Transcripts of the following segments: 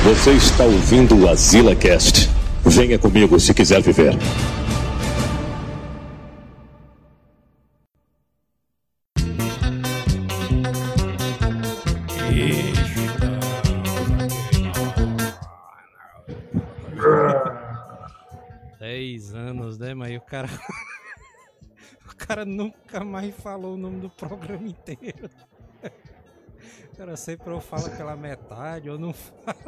Você está ouvindo o AzilaCast. Venha comigo se quiser viver. Dez anos, né, mas o cara... o cara nunca mais falou o nome do programa inteiro. O cara sempre ou fala pela metade ou não fala.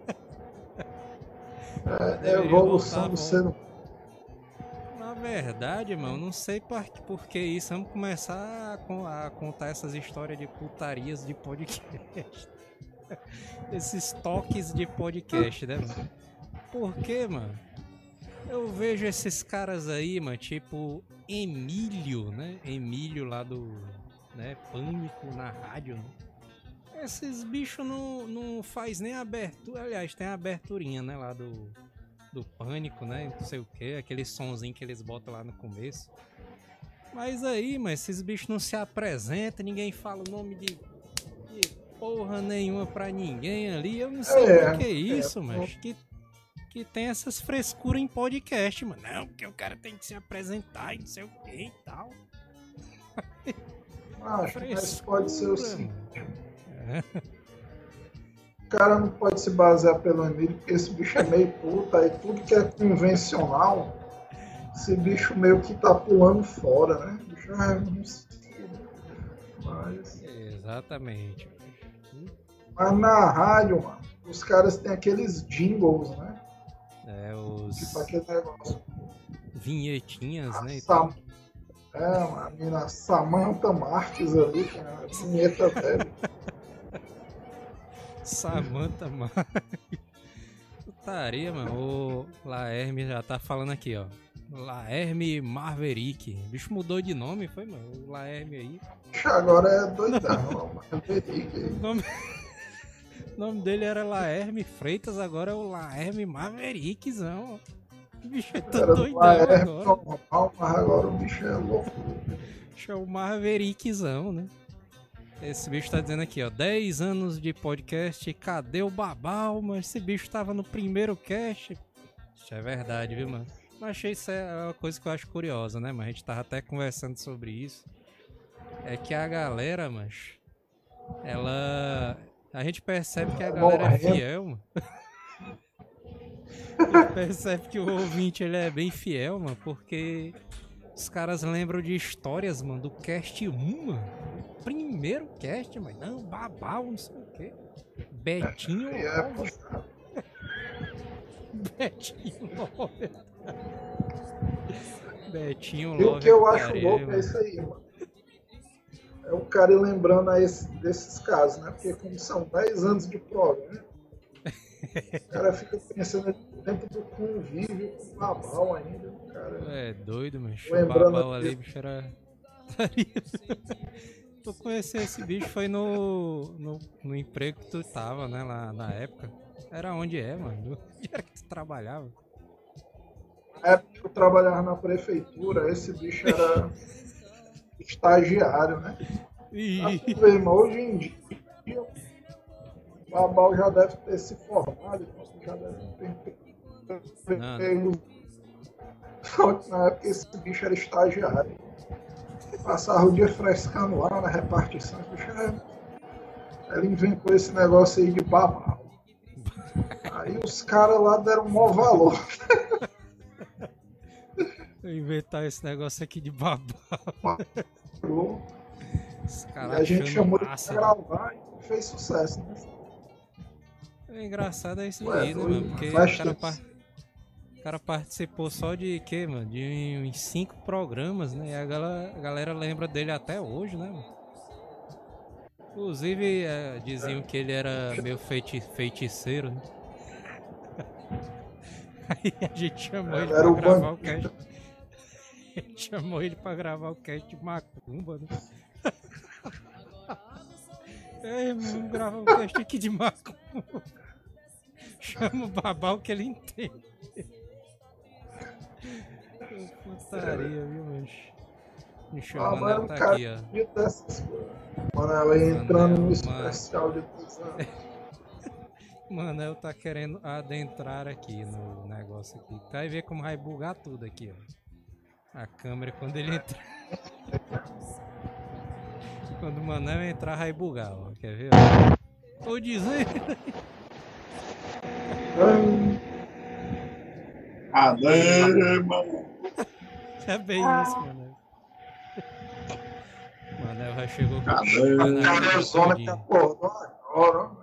É a evolução do ser humano. Na verdade, mano, não sei por que isso. Vamos começar a contar essas histórias de putarias de podcast. Esses toques de podcast, né, mano? Por quê, mano? Eu vejo esses caras aí, mano, tipo Emílio, né? Emílio lá do, né, Pânico na rádio, né? Esses bichos não faz nem abertura. Aliás, tem a aberturinha, né, lá do Pânico, né? Não sei o que, aquele sonzinho que eles botam lá no começo. Mas aí, mas esses bichos não se apresentam, ninguém fala o nome de porra nenhuma pra ninguém ali. Eu não sei por que isso, mas que tem essas frescuras em podcast, mano. Não, porque o cara tem que se apresentar e não sei o que e tal. Acho que mas pode ser o seguinte. O cara não pode se basear pelo Emílio, porque esse bicho é meio puta, e tudo que é convencional, esse bicho meio que tá pulando fora, né? O bicho não sei. Mas... Exatamente. Mas na rádio, mano, os caras têm aqueles jingles, né? Tipo aquele negócio. Vinhetinhas, né? A mina Samantha Marques ali, que é a vinheta velha. Samantha Marques. Putaria, mano. O Laerme já tá falando aqui, ó. Laerme Marverick. O bicho mudou de nome, foi, mano? O Laerme aí. Agora é doidão, Marverick. O nome dele era Laerme Freitas, agora é o Laerme Maverickzão. O bicho é tão doidão agora. Normal, mas agora o bicho é louco. O bicho é o Maverickzão, né? Esse bicho tá dizendo aqui, ó, 10 anos de podcast, cadê o Babal? Mas esse bicho tava no primeiro cast. Isso é verdade, viu, mano? Mas achei isso é uma coisa que eu acho curiosa, né, mano? A gente tava até conversando sobre isso. É que a galera, mas a gente percebe que a galera é fiel, mano. A gente percebe que o ouvinte, ele é bem fiel, mano, porque os caras lembram de histórias, mano, do cast 1, mano. Primeiro cast, mas não, Babal, não sei o quê. Betinho Love. Betinho Love. Betinho Love. E o que eu acho louco é isso aí, mano. É o cara ir lembrando desses casos, né? Porque como são 10 anos de programa, o cara fica pensando dentro do convívio com o Babal ainda, cara. É doido, mas o lembrando Babal ali, bicho, era... Tu conheceu esse bicho foi no emprego que tu tava, né, lá na época. Era onde mano? Onde era que tu trabalhava? Na época que eu trabalhava na prefeitura, esse bicho era estagiário, né? Hoje em dia, o Babal já deve ter se formado, já deve ter... Na época esse bicho era estagiário. Passava o dia frescando lá na repartição. Ele inventou esse negócio aí de Babal. Aí os caras lá deram um maior valor. Inventar esse negócio aqui de Babal. E a gente chamou ele pra gravar e fez sucesso, né? É engraçado é isso aí, né, mano? Porque o cara participou só de quê, mano? De uns 5 programas, né? E a galera lembra dele até hoje, né, mano? Inclusive, diziam que ele era meio feiticeiro, né? Aí a gente chamou ele pra gravar o cast. A gente chamou ele pra gravar o cast de Macumba, né? Vamos gravar o cast aqui de Macumba. Chama o Babal que ele entende. Putaria, viu, mancho? Me chamando, ela tá aqui, ó. Mano, ela entrando no especial de 2 anos. Manel tá querendo adentrar aqui no negócio aqui. Vai ver como vai bugar tudo aqui, ó. A câmera quando ele entrar. Quando o Manel entrar vai bugar, ó. Quer ver? Ó? Tô dizendo. Cadê, mano? É bem isso, Manel. Manel já chegou com Cadê? A zona que acordou agora, ó.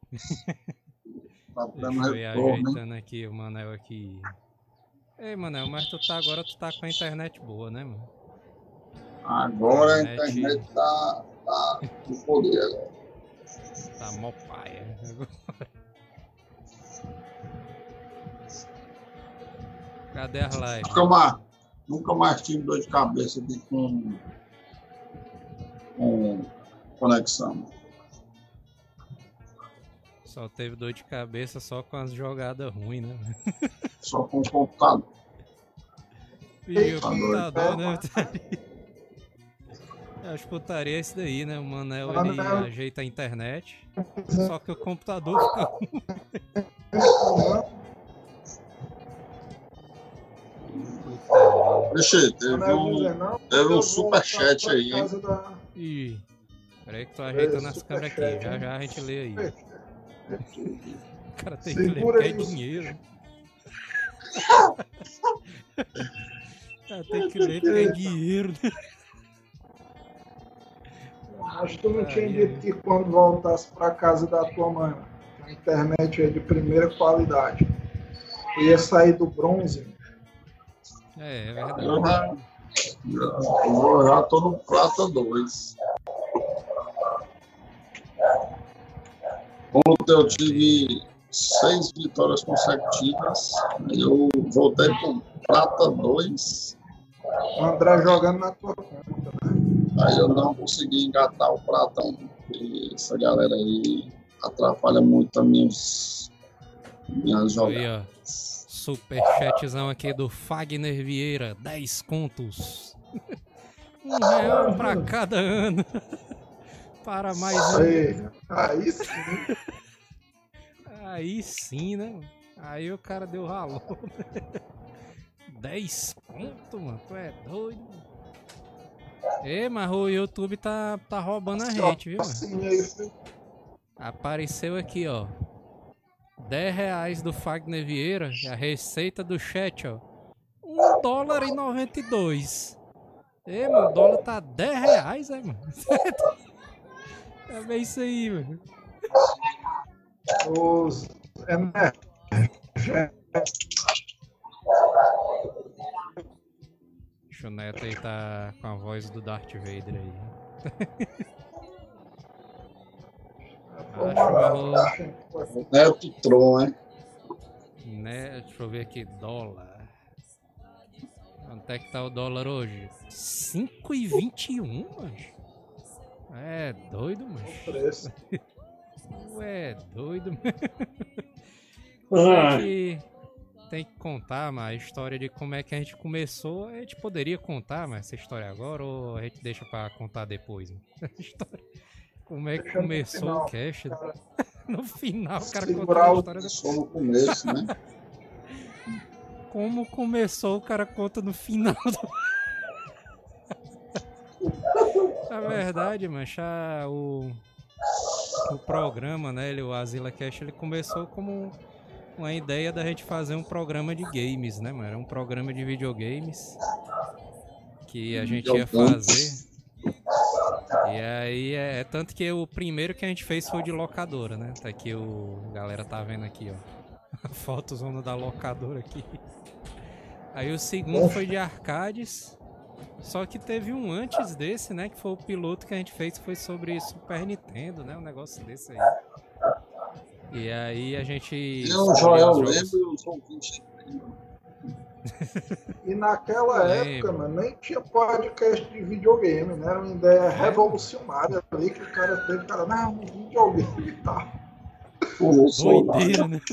Tá dando Deixa eu ir retorno, hein? ajeitando aqui o Manel aqui. Ei, Manel, mas agora tu tá com a internet boa, né, mano? Agora a internet tá no poder agora. Tá mó paia. Cadê as lives? Nunca mais tive dor de cabeça com conexão. Só teve dor de cabeça só com as jogadas ruins, né? Só com o computador. E o computador, né? As putaria é isso daí, né? O Manel ele ajeita a internet. Só que o computador fica. Vixe, teve um superchat aí, hein? Ih, peraí que tô ajeitando as câmeras aqui. Já já a gente lê aí. O cara tem que ler porque é dinheiro. O cara tem que ler porque é dinheiro. Acho que tu não tinha dito que quando voltasse pra casa da tua mãe, a internet é de primeira qualidade. Tu ia sair do bronze. É verdade. Eu já tô no prata 2. Ontem eu tive 6 vitórias consecutivas. Eu voltei pro prata 2. O André jogando na tua conta, né? Aí eu não consegui engatar o prata 1. Porque essa galera aí atrapalha muito as minhas jogadas. Aí, ó. Superchatzão aqui do Fagner Vieira, 10 contos. R$1 pra cada ano. Para mais um. Aí sim. Aí sim, né? Aí o cara deu valor. 10 conto, mano. Tu é doido. Ei, mas o YouTube tá roubando a gente, viu, mano? Apareceu aqui, ó. R$10 do Fagner Vieira, a receita do chat, ó. $1,92. Ei, mano, o dólar tá R$10, mano. É bem isso aí, mano. Os O Neto aí tá com a voz do Darth Vader aí. Neto Tron, hein? Né? Deixa eu ver aqui, dólar. Quanto é que tá o dólar hoje? 5,21, mano. É doido, mano. Ué, doido, mano. A gente tem que contar, mas a história de como é que a gente começou. A gente poderia contar, mas essa história agora ou a gente deixa pra contar depois? Como é que começou o cast? No final, o cara contou a história só no começo, né? Como começou, o cara conta no final. Na verdade, mancha, o programa, né? O Azila Cast, ele começou como uma ideia da gente fazer um programa de games, né, mano? Era um programa de videogames que a gente ia fazer. E aí é tanto que o primeiro que a gente fez foi de locadora, né? Tá aqui a galera tá vendo aqui, ó. A fotozona da locadora aqui. Aí o segundo foi de arcades. Só que teve um antes desse, né? Que foi o piloto que a gente fez, que foi sobre Super Nintendo, né? Um negócio desse aí. E aí a gente... Eu, Joel, lembro e os ouvintes. E naquela época, mano, nem tinha podcast de videogame, né? Era uma ideia revolucionária ali que o cara teve. O cara, não, videogame e tal. Doideira, né?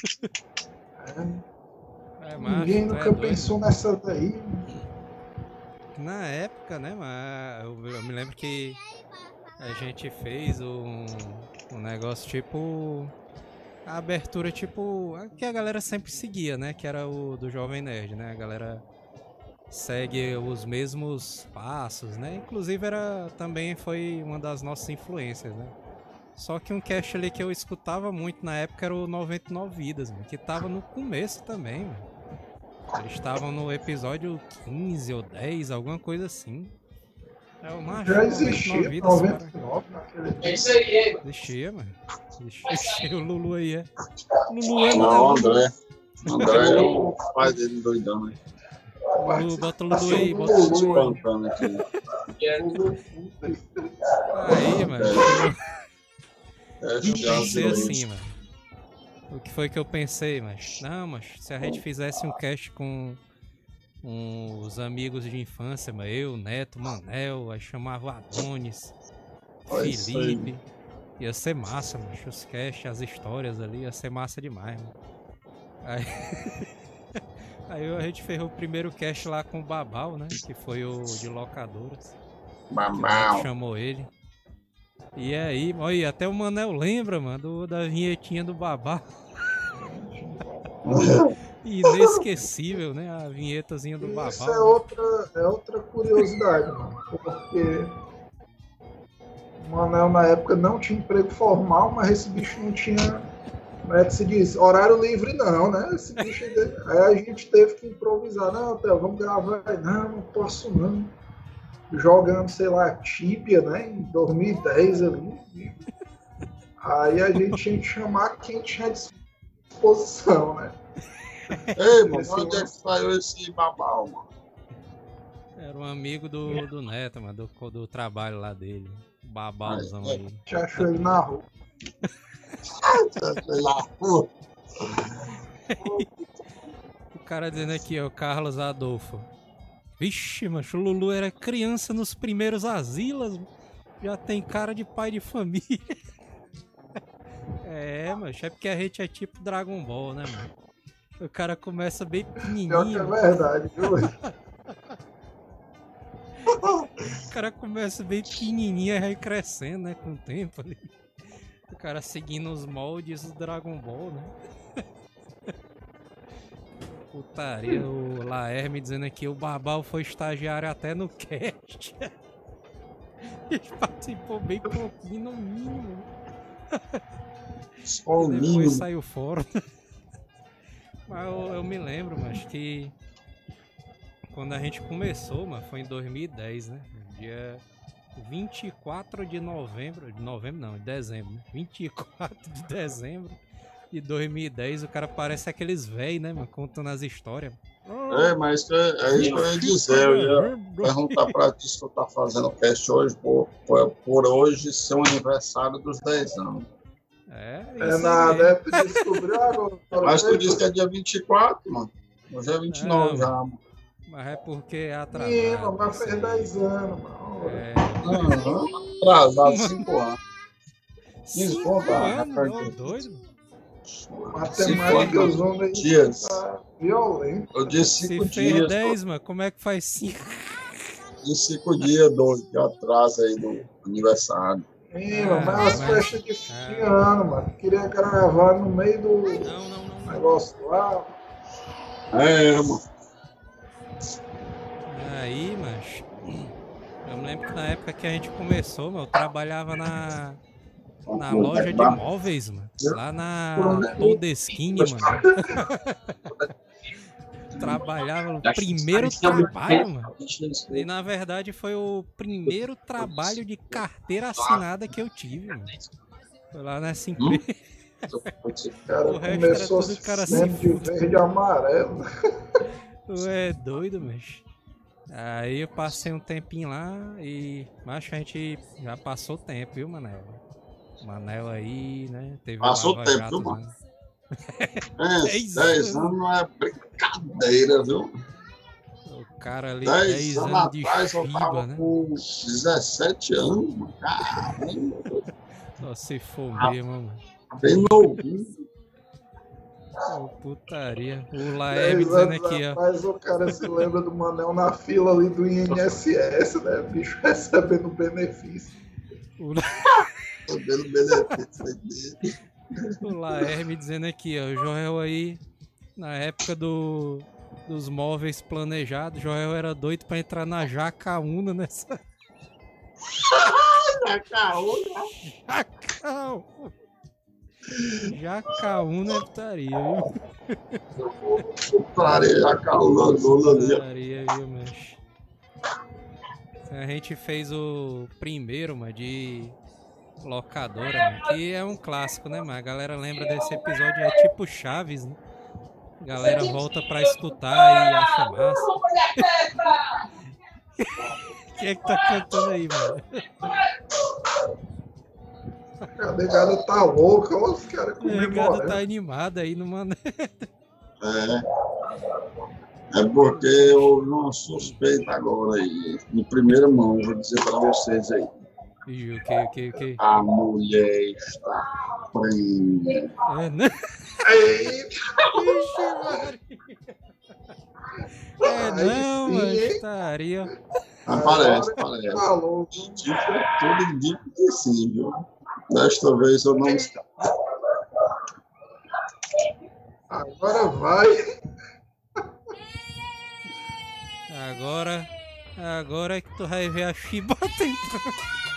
Ninguém nunca pensou nessa daí. Na época, né, mas eu me lembro que a gente fez um negócio tipo a abertura, tipo, que a galera sempre seguia, né? Que era o do Jovem Nerd, né? A galera segue os mesmos passos, né? Inclusive também foi uma das nossas influências, né? Só que um cast ali que eu escutava muito na época era o 99 Vidas, mano, que tava no começo também, mano. Eles estavam no episódio 15 ou 10, alguma coisa assim. O macho, já existia 99 naquele dia. É isso aí. Existia, mano. Existia o Lulu aí, é. Lulu é, Não, mano. André. André é o pai dele doidão, né? Lulu, bota o Lulu aí, bota o Lulu aí. Espantando aqui. Aí, mano. É, Pensei assim, mano. O que foi que eu pensei, mas não, mas se a gente fizesse um cast com os amigos de infância, mano, eu, Neto, Manel, aí chamava o Adonis, Felipe, ia ser massa, mano, os cast, as histórias ali, ia ser massa demais, mano. Aí a gente fez o primeiro cast lá com o Babal, né, que foi o de locadoras. Babal. Chamou ele. E aí, olha, até o Manel lembra, mano, da vinhetinha do Babá. Inesquecível, né? A vinhetazinha do Babá. Isso é outra curiosidade, mano. Porque o Manel na época não tinha emprego formal, mas esse bicho não tinha, como é que se diz, horário livre não, né? Esse bicho aí a gente teve que improvisar. Não, Theo, vamos gravar. Não posso não. Jogando, sei lá, Tibia, né, em 2010 ali. Aí a gente tinha que chamar quem tinha disposição, né? Ei, mano, onde é que saiu esse Babal, mano? Era um amigo do Neto, mano, do trabalho lá dele. Babalzão aí. A gente achou ele na rua. O cara dizendo aqui, ó, Carlos Adolfo. Vixe, macho, o Lulu era criança nos primeiros asilas, já tem cara de pai de família. É, macho, é porque a gente é tipo Dragon Ball, né, mano? O cara começa bem pequenininho. Pior que é verdade, viu? O cara começa bem pequenininho e vai crescendo, né, com o tempo ali. O cara seguindo os moldes do Dragon Ball, né? Putaria, o Laerme dizendo aqui, o Babal foi estagiário até no cast. Ele participou bem pouquinho, no mínimo. Só o Depois mínimo. saiu fora. Mas eu me lembro, mas que quando a gente começou, mas foi em 2010, né? Dia 24 de novembro. De novembro não, de dezembro, né? 24 de dezembro de 2010, o cara parece aqueles velhos, né, mano? Contando as histórias. É, mas é isso que eu ia dizer. Eu ia perguntar pra ti se tu tá fazendo cast hoje, por hoje ser o aniversário dos 10 anos. É nada, né? Tu descobriu agora. Mas tu disse que é dia 24, mano. Hoje é 29 já, mano. Mas é porque é atrasado. Sim, mas fez 10 anos, mano. É. Atrasado 5 anos. 5 anos, não, doido. Matemática usando aí dias. Tá violento. Eu disse 5 Se dias. fez 10, mano, como é que faz 5? De 5 dias, 12 de atraso aí do aniversário. Sim, mas as festas de fim de ano, mano. Queria gravar no meio do Não. negócio lá. É, mano. Aí, mas eu me lembro que na época que a gente começou, mano, eu trabalhava na loja de móveis, mano. Lá na Todeschini, mano. Trabalhava no primeiro trabalho, mano. E na verdade foi o primeiro trabalho de carteira assinada que eu tive, mano. Foi lá nessa empresa. Cara, O resto começou era tudo cara sempre de verde e amarelo. Tu é doido, mas. Aí eu passei um tempinho lá e. Mas a gente já passou tempo, viu, Manel? Manel aí, né? Teve Passou Lava tempo, Jato, viu, mano? né? 10 anos não é brincadeira, viu? O cara ali, 10 10 anos anos de atrás eu FIBA, tava né? com 17 anos, mano. Caramba, Só se for mesmo, mano. bem novinho. Oh, putaria. O Laeb 10 dizendo anos aqui, ó. atrás o cara se lembra do Manel na fila ali do INSS, né? O bicho recebendo benefício. O Tô vendo benefício dele. O Laerme dizendo aqui, ó, o Joel aí, na época dos móveis planejados, Joel era doido pra entrar na Jacaúna nessa... Jacaúna? Jacaúna é putaria, viu? Putaria, Jacaúna, dona ali. Putaria, viu, mancho? A gente fez o primeiro, mano, de locadora, mano, que é um clássico, né, mano? A galera lembra desse episódio, é tipo Chaves, né? A galera volta pra escutar e acha massa. Quem é que tá cantando aí, mano? A negada tá louca, olha os caras A negada comemorando. tá animada aí no Mané. É porque houve um suspeito agora aí. De primeira mão, vou dizer pra vocês aí. E o que? A mulher está presa. É, né? Ixi, Maria. É não, mano, estaria. Parece. Falou. Tudo indica que sim, viu? Desta vez eu não estou. Agora vai. Agora é que tu vai ver a chibata entrando.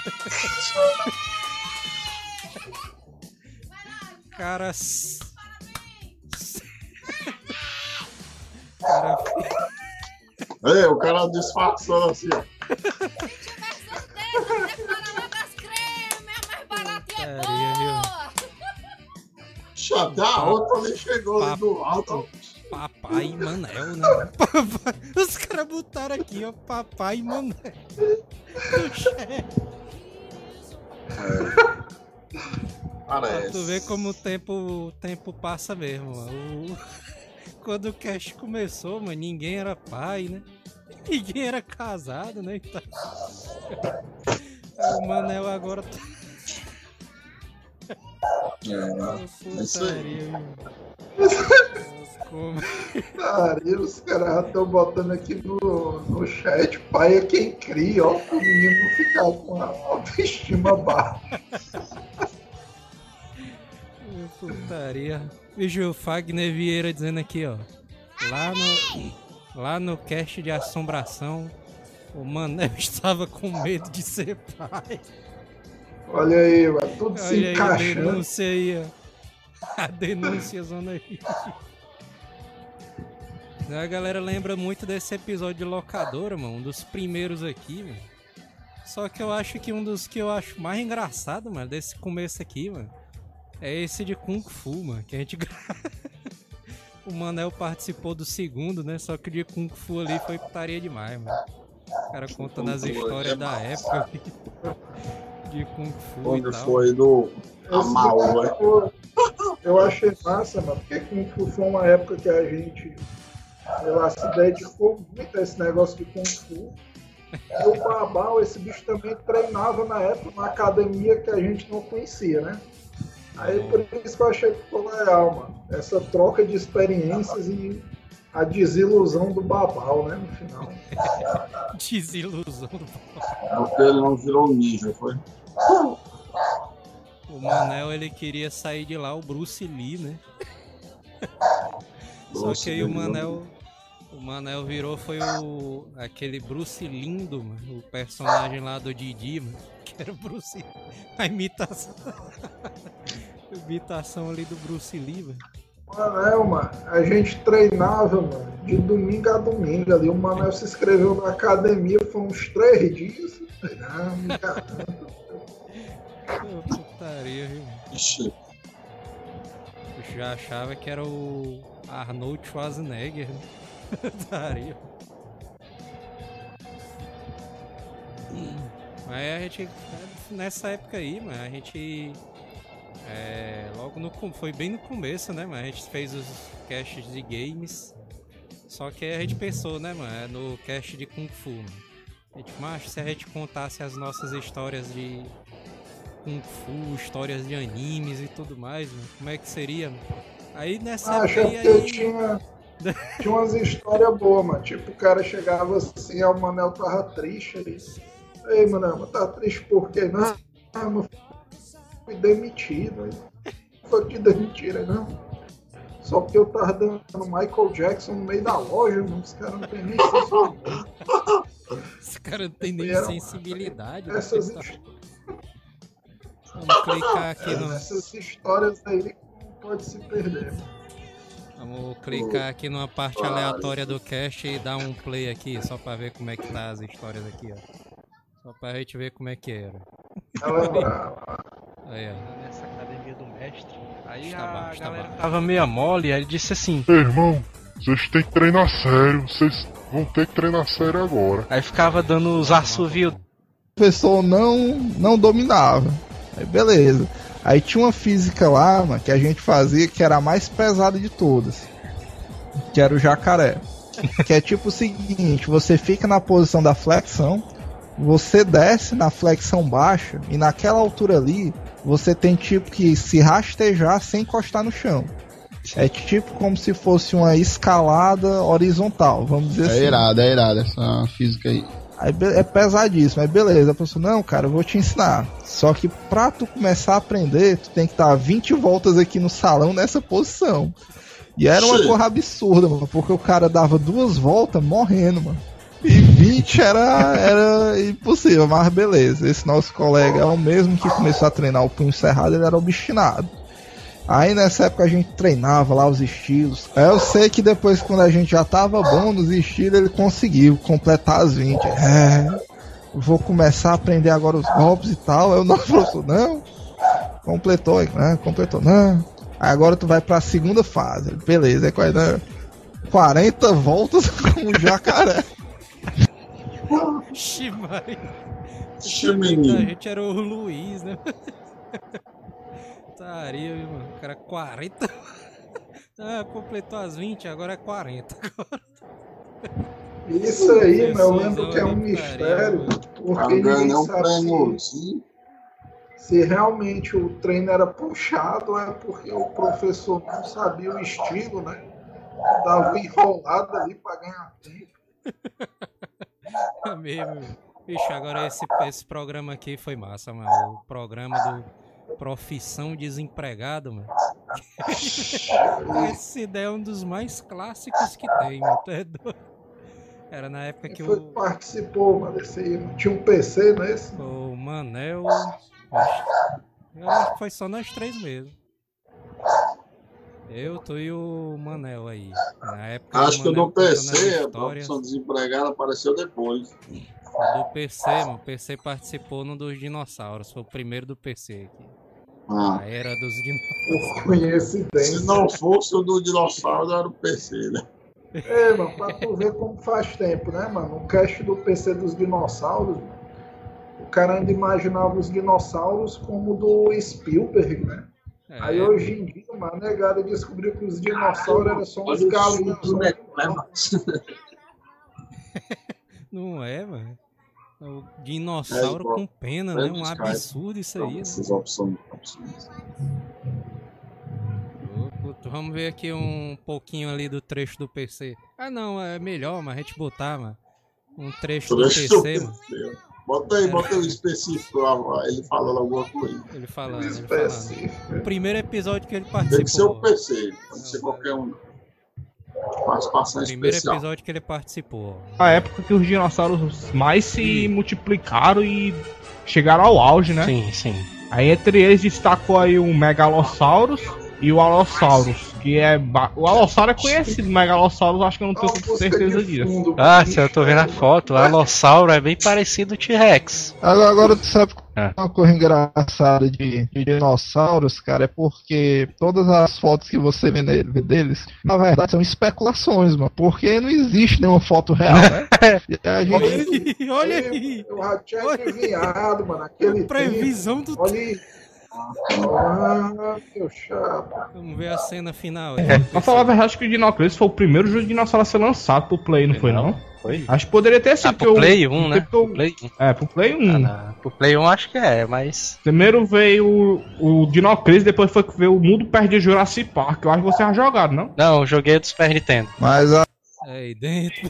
Cara. Ei, o cara disfarçou assim, ó. Até a outra ali chegou ali do alto. Papai Manel, né? Os caras botaram aqui, ó, Papai Manel. Parece. Tu vê como o tempo passa mesmo, mano. Quando o cast começou, mano, ninguém era pai, né? Ninguém era casado, né? Então... O Manel agora tá... Putaria, Os caras já estão botando aqui no chat. Pai é quem cria, ó, pro menino não ficar com a autoestima baixa. Putaria. Veja o Fagner Vieira dizendo aqui, ó. Lá no cast de assombração, o Manel estava com medo de ser pai. Olha aí, mano, tudo se Olha aí, a encaixando. denúncia aí, ó. A denúncia, zona aí. A galera lembra muito desse episódio de locadora, mano. Um dos primeiros aqui, mano. Só que eu acho que um dos que eu acho mais engraçado, mano, desse começo aqui, mano, é esse de Kung Fu, mano. Que a gente... O Manel participou do segundo, né? Só que o de Kung Fu ali foi putaria demais, mano. O cara contando as histórias da época de Kung Fu Quando e tal. foi do Amaú, né? Eu achei massa, mano, porque Kung Fu foi uma época que a gente, sei lá, se dedicou muito a esse negócio de Kung Fu. E o Babau, esse bicho também treinava na época na academia que a gente não conhecia, né? Aí por isso que eu achei que ficou legal, mano. Essa troca de experiências e a desilusão do Babau, né, no final. Desilusão do Porque ele não virou ninja, foi? O Manel, ele queria sair de lá o Bruce Lee, né? Só que aí o Manel virou, foi aquele Bruce Lindo, mano, o personagem lá do Didi, mano, que era o Bruce Lee. A imitação. A imitação ali do Bruce Lee, mano. Mano, a gente treinava, mano, de domingo a domingo ali. O Manel se inscreveu na academia, foi uns 3 dias. Treinando, caramba. Putaria, viu? Ixi. Eu já achava que era o Arnold Schwarzenegger, né? Putaria. Mas a gente, nessa época aí, mano, a gente... foi bem no começo, né, mano? A gente fez os casts de games. Só que a gente pensou, né, mano, no cast de Kung Fu, mano. A gente, mas se a gente contasse as nossas histórias de Kung Fu, histórias de animes e tudo mais, mano, como é que seria, mano? Aí nessa época aí... tinha umas histórias boas, mano. Tipo, o cara chegava assim, o Manel tava triste ali. Ei, Manel, tá triste por quê? Não, fui demitido. Aí foi todo de mentira, não. Só porque eu tava dando Michael Jackson no meio da loja, mano. Os caras não tem nem sensibilidade. Os caras não tem nem sensibilidade. Essas Vamos clicar aqui no... Essas histórias aí não pode se perder. Vamos clicar aqui numa parte aleatória do cast e dar um play aqui, só pra ver como é que tá as histórias aqui, ó. Só pra gente ver como é que era. Aí, ó. Nessa academia do mestre. Aí Está a bom, galera está bom. tava meio mole, aí ele disse assim. Ei, irmão, vocês têm que treinar sério. Vocês vão ter que treinar sério agora. Aí ficava dando os assovios. O professor não dominava. Aí beleza. Aí tinha uma física lá, mano, que a gente fazia que era a mais pesada de todas. Que era o jacaré. Que é tipo o seguinte, você fica na posição da flexão, você desce na flexão baixa e naquela altura ali, você tem tipo que se rastejar sem encostar no chão. É tipo como se fosse uma escalada horizontal, vamos dizer assim. É irado essa física aí. Aí é pesadíssimo, aí beleza, a pessoa, não, cara, eu vou te ensinar. Só que pra tu começar a aprender, tu tem que estar 20 voltas aqui no salão nessa posição. E era uma coisa absurda, mano, porque o cara dava 2 voltas morrendo, mano. E 20 era impossível, mas beleza. Esse nosso colega é o mesmo que começou a treinar o punho cerrado, ele era obstinado. Aí nessa época a gente treinava lá os estilos. Aí eu sei que depois, quando a gente já tava bom nos estilos, ele conseguiu completar as 20. Vou começar a aprender agora os golpes e tal. Aí o nosso professor, não. Completou, né? Completou, não. Aí agora tu vai pra segunda fase. Beleza, é quase 40 voltas com o jacaré. Ximai. Menino. A gente era o Luiz, né? Taria, mano. O cara 40. Completou as 20, agora é 40. Isso aí, meu, eu lembro que é um mistério. Porque ninguém sabe se realmente o treino era puxado, é porque o professor não sabia o estilo, né? Dava enrolado ali pra ganhar tempo. É mesmo. Bicho, agora esse programa aqui foi massa, mano. O programa do Profissão Desempregado, mano. Essa ideia é um dos mais clássicos que tem, mano. É doido. Era na época que o... participou, mano, desse aí. Tinha um PC nesse? O Manel... Eu acho que foi só nós 3 mesmo. Eu, tu e o Manel aí. Na época acho que o do PC, a Profissão Desempregada, apareceu depois. O do PC, mano. O PC participou no dos dinossauros. Foi o primeiro do PC aqui. A era dos dinossauros. Se não fosse o do dinossauro, era o PC, né? Mano, pra tu ver como faz tempo, né, mano? O cast do PC dos dinossauros, mano, o cara ainda imaginava os dinossauros como do Spielberg, né? Aí hoje em dia, mano, a negada descobriu que os dinossauros eram só uns galinhos. Não é, mano? O dinossauro com pena, né? Um absurdo isso aí. Essas opções. Vamos ver aqui um pouquinho ali do trecho do PC. Ah, não, é melhor, mas a gente botar, mano. Um trecho do PC, mano. Bota aí o específico lá, ele falando alguma coisa. Ele falando. O primeiro episódio que ele participou. Tem que ser o PC, pode ser qualquer um. Participação primeiro especial. Episódio que ele participou. A época que os dinossauros mais se multiplicaram e chegaram ao auge, né? Sim. Aí entre eles destacou aí o Megalosaurus e o Allosaurus, que é... O Allosaurus é conhecido, o Megalosaurus acho que eu não tenho certeza disso. Se eu tô vendo a foto, o Allosaurus é bem parecido ao T-Rex. Agora tu sabe uma coisa engraçada de dinossauros, cara, é porque todas as fotos que você vê deles, na verdade, são especulações, mano, porque não existe nenhuma foto real, né? A gente... Olha aí! Eu já tinha adivinhado, mano, aquele previsão do... Olha aí! Que chato. Vamos ver a cena final. Pra falar a verdade, acho que o Dinocris foi o primeiro jogo de dinossauro a ser lançado pro Play, não foi não? Foi? Acho que poderia ter sido. Pro Play 1, né? Pro Play 1. Pro Play 1 acho que mas... Primeiro veio o Dinocris, depois foi que veio o Mundo Perdido Jurassic Park. Eu acho que você já jogado, não? Não, eu joguei do Super Nintendo. Mas aí dentro...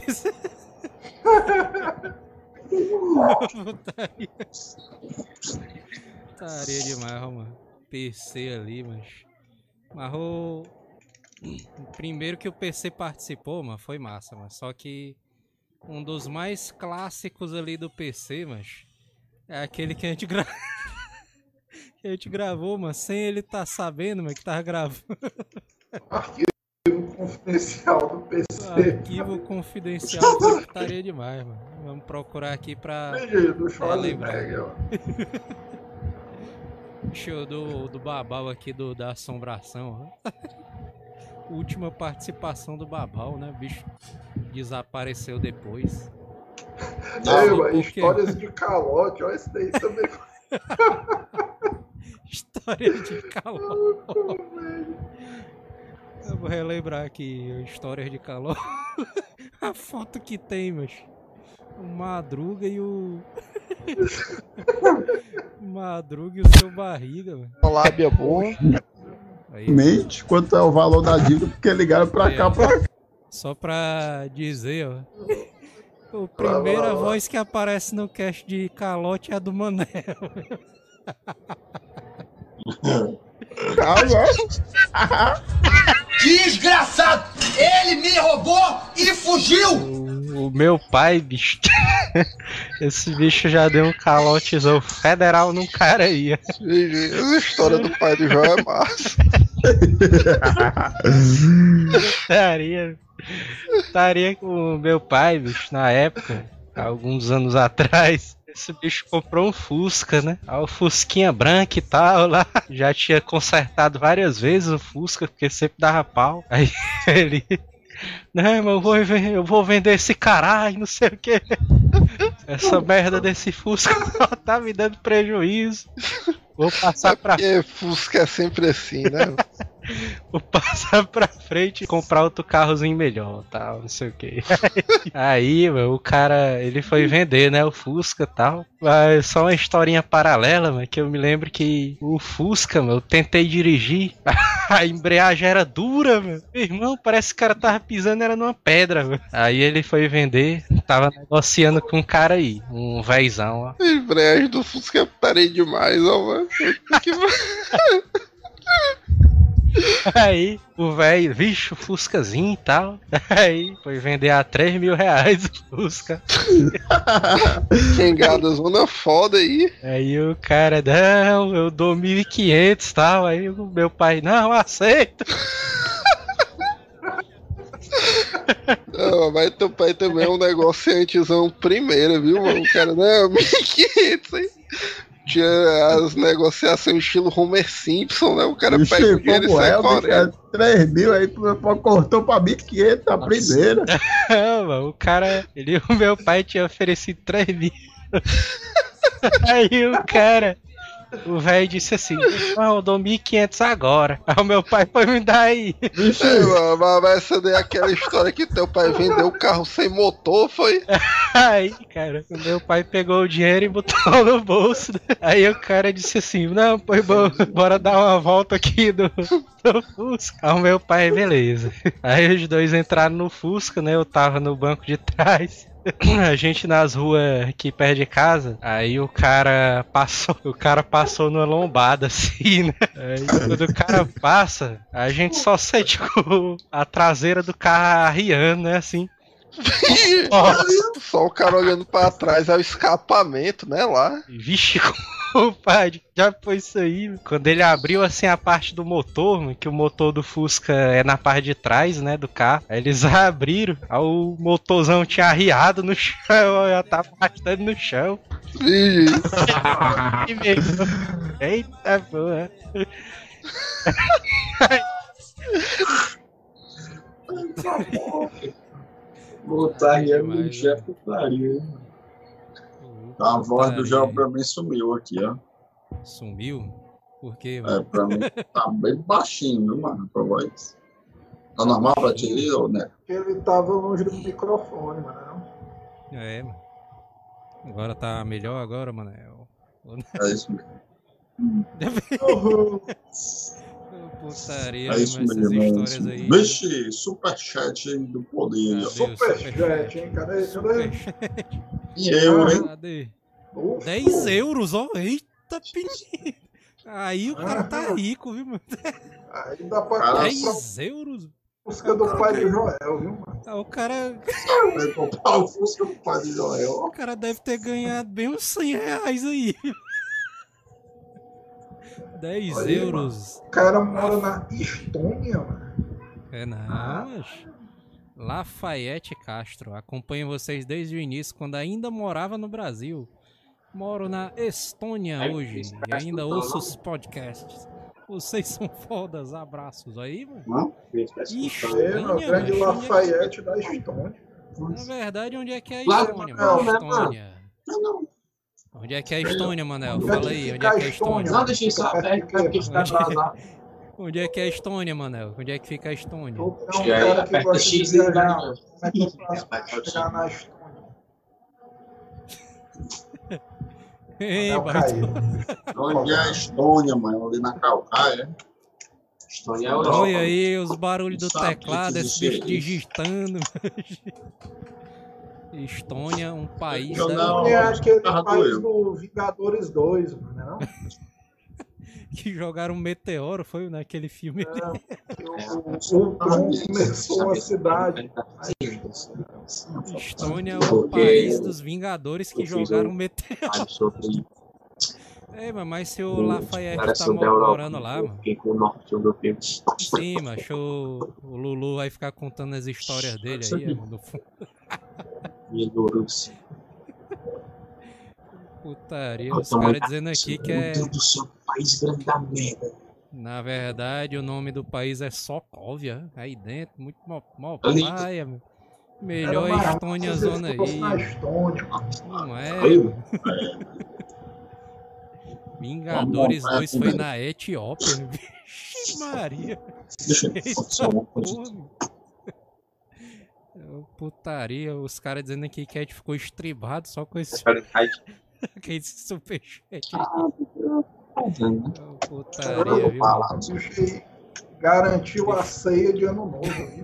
Taria demais, mano. PC ali, mas... Mas o primeiro que o PC participou, mano, foi massa, mano. Só que um dos mais clássicos ali do PC, mas é aquele que a gente que a gente gravou, mano, sem ele tá sabendo, mano, que tava gravando. Arquivo confidencial do PC. Arquivo confidencial do putaria demais, mano. Vamos procurar aqui pra lembrar. Show do Babal aqui da assombração. Última participação do Babal, né? O bicho desapareceu depois. Histórias de calote, olha esse daí também. História de calote. Eu vou relembrar aqui histórias de calor. A foto que tem, mas o Madruga e o Madruga e o seu barriga, mano. A lábia boa. Mente, quanto é o valor da dívida, porque ligaram pra cá. Só pra dizer, ó. A primeira voz que aparece no cast de calote é a do Manel. Desgraçado! Ele me roubou e fugiu! O meu pai, bicho. Esse bicho já deu um calotezão federal num cara aí. A história do pai do João é massa. Estaria com o meu pai, bicho, na época, alguns anos atrás. Esse bicho comprou um Fusca, né? O Fusquinha branca e tal lá. Já tinha consertado várias vezes o Fusca, porque sempre dava pau. Aí ele... Não, mas eu vou vender esse caralho, não sei o que. Essa merda desse Fusca tá me dando prejuízo. Vou passar pra... Porque Fusca é sempre assim, né? Vou passar pra frente e comprar outro carrozinho melhor, tal, não sei o que. Aí, mano, o cara, ele foi vender, né, o Fusca e tal. Mas só uma historinha paralela, mano, que eu me lembro que o Fusca, mano, eu tentei dirigir, a embreagem era dura, mano. Meu irmão, parece que o cara tava pisando, era numa pedra, mano. Aí ele foi vender, tava negociando com um cara aí, um véizão, ó. A embreagem do Fusca parei demais, ó, mano. Aí o velho, vixe, o Fuscazinho e tal. Aí foi vender a R$3.000 o Fusca. Chegada zona foda aí. Aí o cara, não, eu dou 1.500 e tal. Aí o meu pai, não, aceita. Não, mas teu pai também é um negociantezão primeiro, viu, mano? O cara, não, 1.500 aí. Tinha as negociações estilo Homer Simpson, né? O cara pega o dinheiro e sai correndo. 3.000 aí, cortou pra 1.500 a primeira. Não, mano, o cara, o meu pai tinha oferecido 3.000. Aí o cara, o velho disse assim, não, eu dou 1.500 agora. Aí o meu pai foi me dar aí. Mas essa daí é aquela história que teu pai vendeu o carro sem motor, foi? Aí, cara, o meu pai pegou o dinheiro e botou no bolso. Aí o cara disse assim, não, pois bora dar uma volta aqui do Fusca. Aí o meu pai, beleza. Aí os dois entraram no Fusca, né? Eu tava no banco de trás. A gente nas ruas aqui perto de casa, aí o cara passou numa lombada assim, né? Aí quando o cara passa, a gente só sente a traseira do carro arriando, né? Assim. Só o cara olhando pra trás, é o escapamento, né? Lá. Vixe, compadre, já foi isso aí. Quando ele abriu assim a parte do motor, que o motor do Fusca é na parte de trás, né, do carro. Aí eles abriram, aí o motorzão tinha arriado no chão, já tava arrastando no chão. Eita porra. Botar rindo no chefe do pariu. A voz do João pra mim sumiu aqui, ó. Sumiu? Por quê? É, pra mim tá bem baixinho, viu, mano? Pra voz. Tá normal pra ti, ou né? Ele tava longe do microfone, mano. É, mano. Agora tá melhor agora, Manel. É isso mesmo. Putaria, é isso essas mesmo, histórias aí. Vixe, superchat do poder. Superchat, hein? Cadê? E eu, hein? Cadê? 10 euros, ó. Eita, pintinho. Aí o cara tá rico, viu, mano? Aí dá pra 10 euros? Fusca do pai do Joel, viu, mano? O cara. Vai comprar o Fusca do pai do Joel. O cara deve ter ganhado bem uns 100 reais aí. 10 Aí, euros. Mano, o cara mora na Estônia, mano. É não, Lafayette Castro. Acompanho vocês desde o início, quando ainda morava no Brasil. Moro na Estônia hoje e ainda ouço os podcasts. Vocês são fodas, abraços aí, mano. Estônia, o grande Lafayette da Estônia. Na verdade, onde é que é a Estônia, mano? Estônia. Onde é que é a Estônia, Manel? Fala aí, onde é que é a Estônia? Não, deixa isso aberto, porque está atrasado. Onde é que é a Estônia, Manel? Onde é que fica a Estônia? É um cara que gosta de viajar. Como é que eu faço pra chegar na Estônia? Ei, onde é a Estônia, mano? Ali na Calcaia. Estônia é Europa. Olha aí os barulhos do teclado, esse bicho digitando. Estônia, um país da Estônia é aquele país do Vingadores 2, mano, não? Que jogaram um meteoro, foi naquele filme. O começou a cidade. Estônia é o país dos Vingadores que jogaram um meteoro. É, mas se o Lafayette tá morando lá, mano. Sim, mas o Lulu vai ficar contando as histórias dele aí, no fundo. Putaria, os caras dizendo aqui que é. Meu Deus do céu, país grande da merda. Na verdade, o nome do país é Sokovia. Aí dentro, muito mó praia, meu. Melhor Estônia zona aí. Não é? Vingadores 2 foi na Etiópia. Vixe Maria. Putaria, os caras dizendo aqui que a gente ficou estribado só com esse. Que esse superchat. Putaria, viu? Garantiu a ceia de ano novo, viu?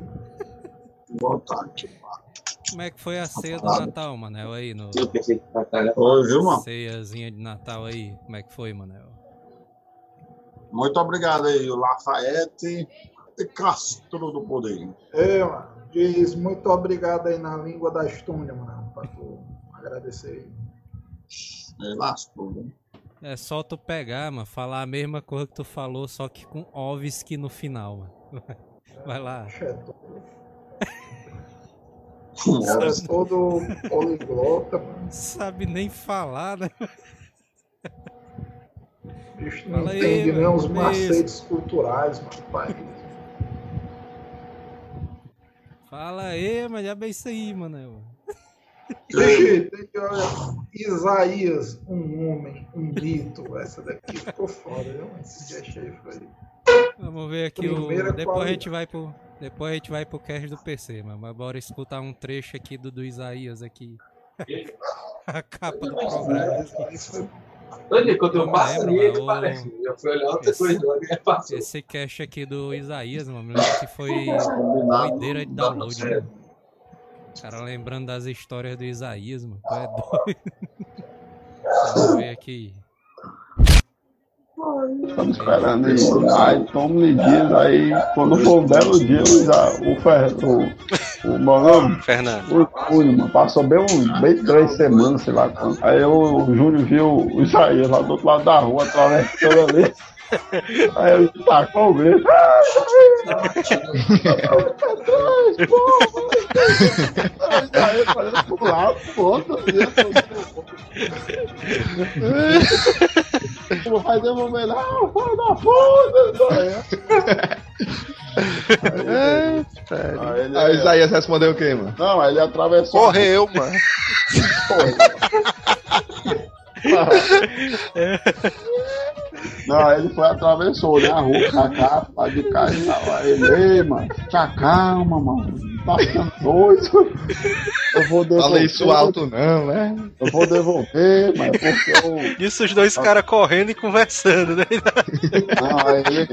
Como é que foi a ceia do Natal, Manel? Aí no. Oi, viu, mano? Ceiazinha de Natal aí. Como é que foi, Manel? Muito obrigado aí, o Lafayette e Castro do Poder. É, mano. Diz muito obrigado aí na língua da Estônia, mano. Pra tu agradecer aí. Lascou, né? É só tu pegar, mano, falar a mesma coisa que tu falou, só que com Ovski no final, mano. Vai lá. Cara, todo poliglota, mano. Sabe nem falar, né? Bicho não entende nem os macetes culturais, mano, pai. Fala aí, mas já bem isso aí, mano. Tem que olhar. Isaías, um homem, um mito. Essa daqui ficou foda, viu? Esse gesto aí foi. Vamos ver aqui depois a gente vai pro cast do PC, mano. Mas bora escutar um trecho aqui do Isaías aqui. A capa do programa. Olha, quando eu passo ali, ele parece. Eu fui olhar outra coisa lá que passou. Esse cast aqui do Isaías, mano, que foi doideira de download, né? Cara, lembrando das histórias do Isaías, mano. Tu é doido. Vamos ver aqui. Estamos esperando isso. Aí Tom me diz, aí quando for um belo dia, o meu nome? Fernando. O Júnior, passou bem 3 semanas, sei lá quando. Aí o Júnior viu o Isaías lá do outro lado da rua, atravessando ali. Aí ele tacou o grito. Aí ele fazendo pular, ponta. Como fazer um momento, fora da puta! Aí Isaías respondeu o quê, mano? Não, aí ele atravessou. Correu, mano. Não, aí ele foi, atravessou, né, a rua, Cacá, lá de cá e tal. Aí ele, mano, calma, mano, tá ficando doido. Eu vou devolver. Falei isso alto não, né? Eu vou devolver, mas porque eu... Isso os dois caras correndo e conversando, né? Não, aí ele...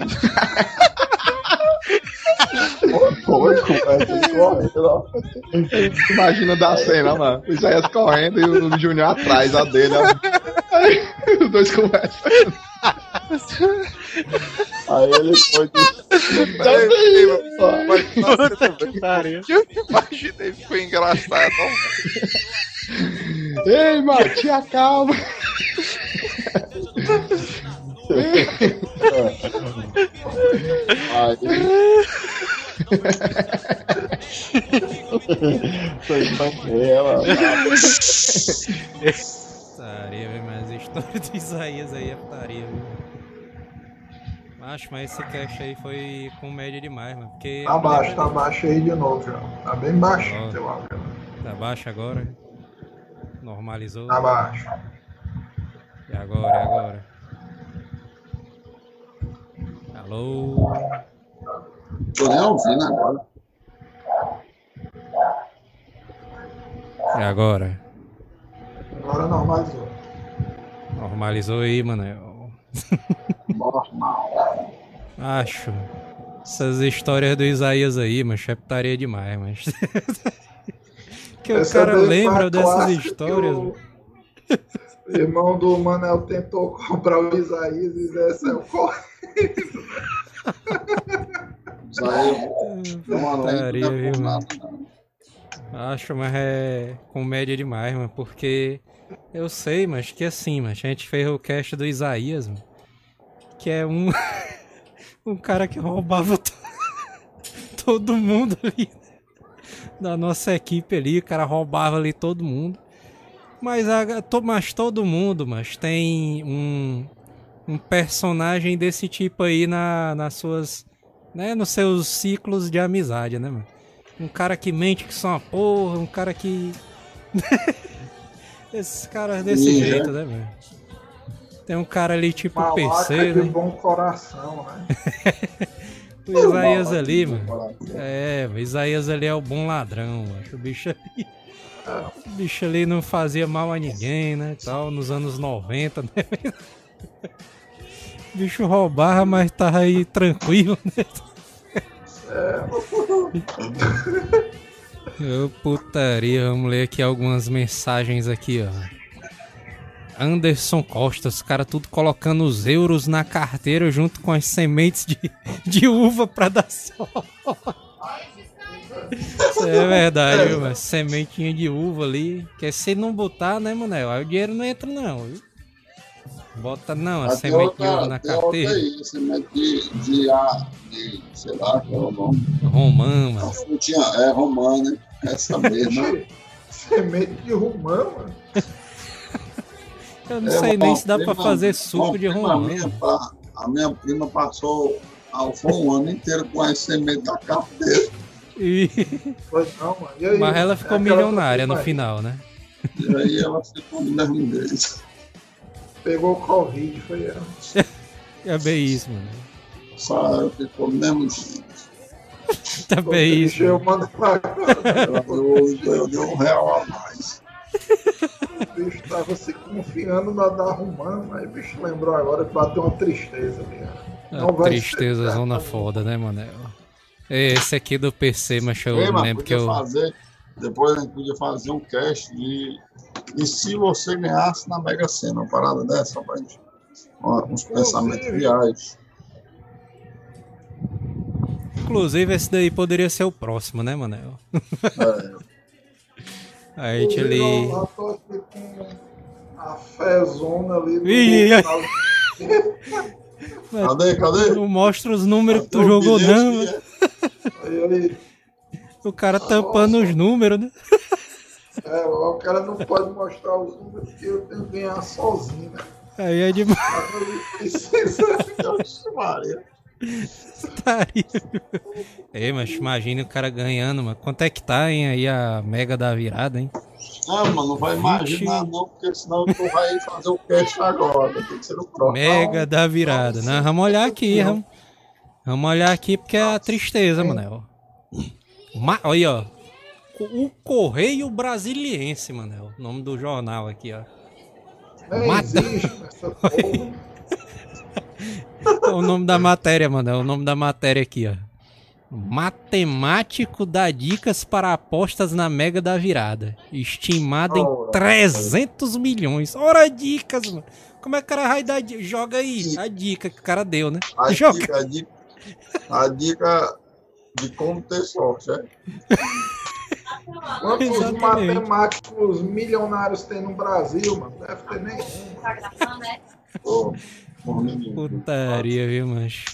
Imagina da cena, mano. O Isaías correndo e o Júnior atrás, a dele. Aí os dois conversando. Aí ele foi Eu imaginei, ficou engraçado. Ei, Matia, calma. Putaria, velho, mas a história do Isaías aí é putaria, viu? Acho, mas esse cast aí foi comédia demais, mano. Porque tá baixo aí de novo, já. Tá bem baixo, teu áudio. Tá baixo agora? Normalizou? Tá baixo. E agora? Alô? Tô nem ouvindo agora. E agora? Agora normalizou. Normalizou aí, Manel. Normal. Acho. Essas histórias do Isaías aí, mas é putaria demais, mas. Que o cara lembra dessas histórias. O irmão do Manel tentou comprar o Isaías e Zé saiu correndo. Putaria, viu, mano? Acho, mas é comédia demais, mano, porque eu sei, mas que assim, mas a gente fez o cast do Isaías, mano, que é um cara que roubava todo mundo ali da nossa equipe ali, o cara roubava ali todo mundo, mas todo mundo, mas tem um personagem desse tipo aí nas suas, né, nos seus ciclos de amizade, né, mano? Um cara que mente que só uma porra, um cara que... Esses caras desse jeito, né, velho? Tem um cara ali tipo o PC, de né? bom coração, né? O Isaías ali, mano. O Isaías ali é o bom ladrão, acho. O bicho ali não fazia mal a ninguém, né? Tal, nos anos 90, né? O bicho roubava, mas tava aí tranquilo, né? Putaria, vamos ler aqui algumas mensagens aqui, ó. Anderson Costa, os caras tudo colocando os euros na carteira junto com as sementes de uva pra dar sorte. Isso é verdade, viu, mas sementinha de uva ali, que se não botar, né, Manel, aí o dinheiro não entra não, viu? Bota não, a semente de uva na carteira. Aí, semente de sei lá qual é o nome. Romã, mano. É romã, né? Essa mesma. Semente de romã, mano. Eu não sei nem se dá pra fazer suco de romã. A minha prima passou um ano inteiro com as sementes da carteira. Pois não, mano. E aí, mas ela ficou milionária no final, né? E aí ela ficou do mesmo jeito. Pegou o Covid, foi ela. É bem isso, mano. Só ela ficou do mesmo jeito. Tá bem isso. Eu mando pra cá. Eu dei R$1 a mais. O bicho tava se confiando na da Romana, mas o bicho lembrou agora que bateu uma tristeza, cara. Uma tristeza, zona foda, né, Manel? Esse aqui do PC, mas eu lembro que eu... Depois a gente podia fazer um cast de... E se você ganhasse na Mega Sena, uma parada dessa, pra gente... Uns pensamentos reais. Inclusive, esse daí poderia ser o próximo, né, Manel? A gente ali... Eu tô aqui com a fezona ali do... Cadê? Não mostra os números que tu jogou, não. Aí. O cara tampando os números, né? O cara não pode mostrar os números porque eu tenho que ganhar sozinho, né? Aí é demais. Ei, mas imagina o cara ganhando, mano. Quanto é que tá, hein, aí a mega da virada, hein? Ah, mano, não vai imaginar não, porque senão tu vai fazer o cast agora. Tem que ser no próximo. Mega da virada, né? Vamos olhar aqui, vamos olhar aqui porque é a tristeza, Manel. Olha, ó. O Correio Brasiliense, Manel. O nome do jornal aqui, ó. O nome da matéria, Manel. O nome da matéria aqui, ó. Matemático dá dicas para apostas na Mega da Virada. Estimada em 300 milhões. Ora, dicas, mano. Como é que o cara vai dar dica? Joga aí a dica que o cara deu, né? A dica de como ter sorte, é? Quantos matemáticos milionários tem no Brasil, mano? Deve ter nenhum. Putaria, viu, mancho?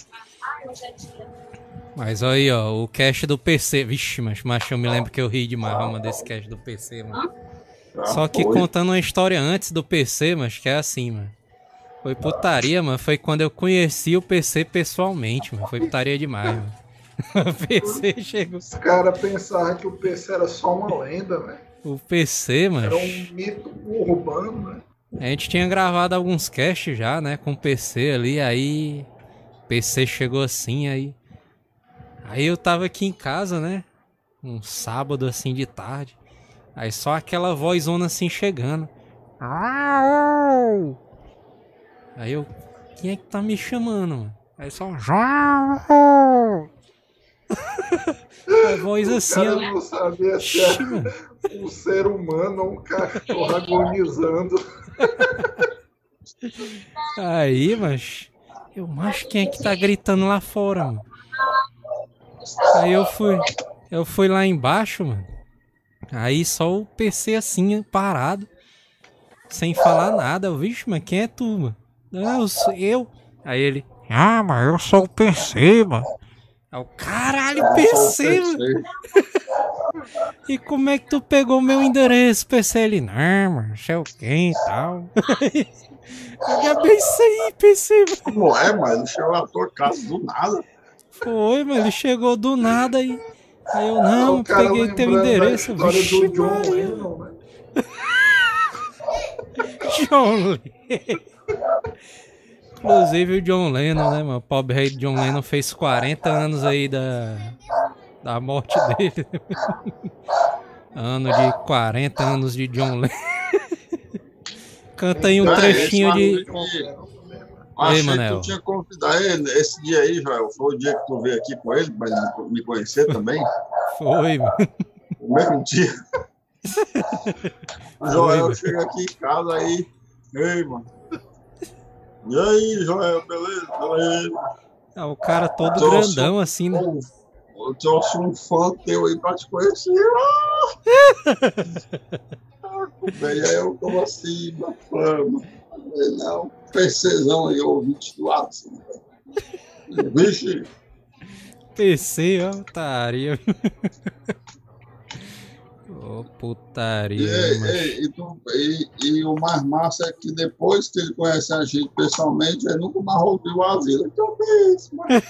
Mas olha aí, ó, o cast do PC. Vixe, macho, eu me lembro que eu ri demais, mano, desse cast do PC, mano. Só que contando uma história antes do PC, mas que é assim, mano. Foi putaria, mano. Foi quando eu conheci o PC pessoalmente, mano. Foi putaria demais, mano. O PC chegou. Os caras pensavam que o PC era só uma lenda, velho. O PC, mano. Era um mito urbano, né? A gente tinha gravado alguns casts já, né? Com o PC ali, aí. O PC chegou assim, aí. Aí eu tava aqui em casa, né? Um sábado assim de tarde. Aí só aquela vozona assim chegando. Aí eu. Quem é que tá me chamando, mano? Aí só. A voz assim, ó. Eu não sabia se era um ser humano ou um cachorro agonizando. Aí, mas. Macho, quem é que tá gritando lá fora, mano? Aí eu fui lá embaixo, mano. Aí só o PC assim, parado. Sem falar nada. Eu, vixe, mas quem é tu, mano? Não, eu. Aí ele, mas eu sou o PC, mano. Aí o caralho, PC, mano. E como é que tu pegou meu endereço, PC? Ele, não, mano, sei o quê e tal. Já bem isso aí, PC, mano. Como é, mano? Ele chegou na tua casa do nada. Foi, mano, ele chegou do nada aí. Aí eu, não, peguei teu endereço. Vixe, do John Lennon, né? John Lennon. Inclusive o John Lennon, né, mano? O pobre rei John Lennon fez 40 anos aí da morte dele. Ano de 40 anos de John Lennon. Canta aí um trechinho de... Achei que tu tinha convidado ele esse dia aí, Joel. Foi o dia que tu veio aqui com ele pra me conhecer também? Foi, mano. O mesmo dia. O Joel chega aqui em casa aí. Ei, mano. E aí, Joel, beleza? O cara todo grandão assim, né? Eu trouxe um fã teu aí pra te conhecer. E aí eu como assim, na fama. Não, PCzão aí, ouvinte do Watson. Vixe. PC, ó, putaria. Ô, putaria. E o mais massa é que depois que ele conhece a gente pessoalmente, ele nunca mais ouviu o Asila. Então, isso, mano.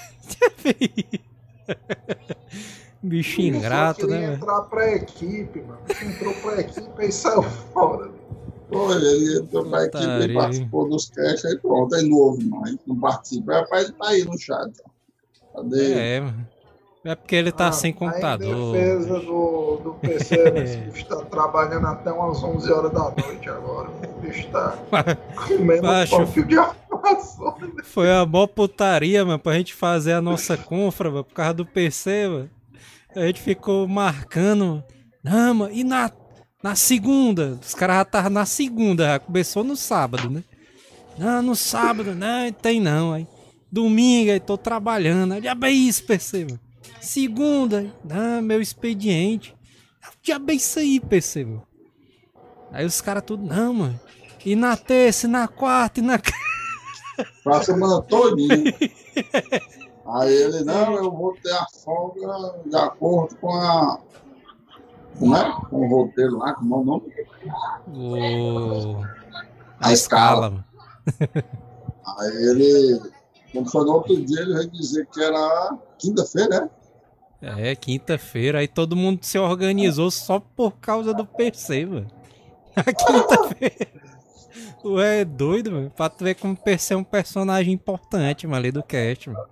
Bicho ingrato, né? Ele entrar pra equipe, mano. Entrou pra equipe e saiu fora. Foi, ele entrou pra equipe e participou dos casts, aí pronto, aí novo, mas não participa. Rapaz, ele tá aí no chat. Cadê? Mano. É porque ele tá sem computador. Em defesa do PC, né? Esse bicho tá trabalhando até umas 11 horas da noite agora. O bicho tá comendo um fio de armação. Foi a mó putaria, mano, pra gente fazer a nossa confra, mano, por causa do PC, mano. A gente ficou marcando. Não, mano, e na segunda? Os caras já estavam na segunda, já começou no sábado, né? Não, no sábado, não, tem não. Aí, domingo, aí tô trabalhando. Já bem isso, PC, mano. Segunda, meu expediente. Já bem isso aí, PC, mano. Aí os caras tudo, não, mano. E na terça, e na quarta, e na... Pra semana todinha. Aí ele, não, eu vou ter a folga de acordo com a... Como é? Com o roteiro lá, como é o nome? A escala, mano. Aí ele... Quando foi no outro dia, ele veio dizer que era quinta-feira, né? É, quinta-feira. Aí todo mundo se organizou só por causa do PC, mano. A quinta-feira. Ué, é doido, mano. Pra tu ver como o PC é um personagem importante, mano, ali do cast, mano.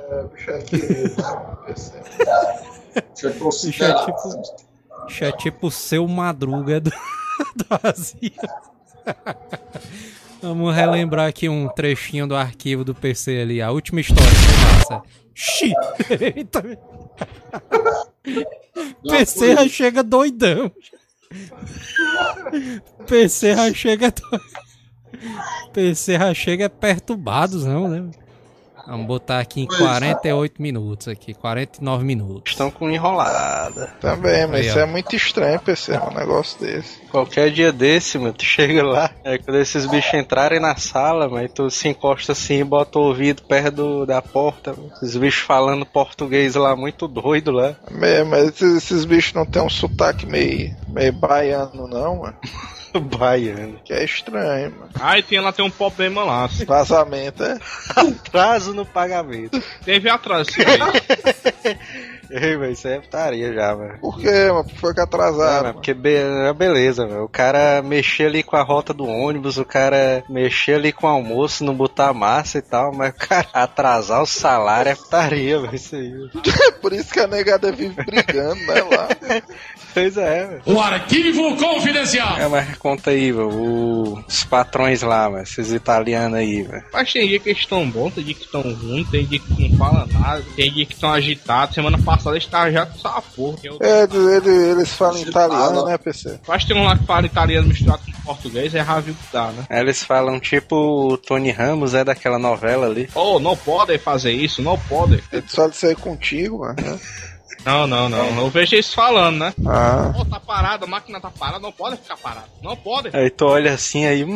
Bicho é tipo o seu Madruga do Brasil. Vamos relembrar aqui um trechinho do arquivo do PC ali. A última história. Massa. Xi! Eita. PC já chega doidão. PC já chega PC já chega perturbados, não, né? Vamos botar aqui em 48 minutos aqui, 49 minutos. Estão com enrolada. Também, mas Aí, isso ó. é muito estranho, PC, um negócio desse. Qualquer dia desse, mano, tu chega lá, quando esses bichos entrarem na sala, mas tu se encosta assim e bota o ouvido perto da porta, mano. Esses bichos falando português lá, muito doido lá. Mas esses bichos não tem um sotaque meio baiano, não, mano. Baiano. Que é estranho, mano. Aí tem um problema lá. Vazamento, é? Atraso no pagamento. Teve atraso isso aí. Ei, velho, isso é putaria já, velho. Por quê, mano? Por que foi que atrasaram? Porque beleza, velho. O cara mexer ali com a rota do ônibus, o cara mexer ali com o almoço, não botar massa e tal, mas o cara atrasar o salário é putaria, velho, isso aí. Por isso que a negada vive brigando, né, lá. Pois é, velho. O arquivo confidencial. Mas conta aí, velho, os patrões lá, velho, esses italianos aí, velho. Mas tem dia que eles estão bons, tem dia que estão ruins, tem dia que não fala nada, tem dia que estão agitados. Semana passada eles estavam já com essa porra. Eles falam italiano, né, PC? Mas tem um lá que fala italiano misturado com português, é rápido que dá, né? Eles falam tipo o Tony Ramos, daquela novela ali. Oh, não podem fazer isso, não podem. Ele só de sair contigo, mano. Não. Eu vejo eles falando, né? Ah. Oh, tá parado, a máquina tá parada, não pode ficar parado. Não pode. Aí tu olha assim, aí.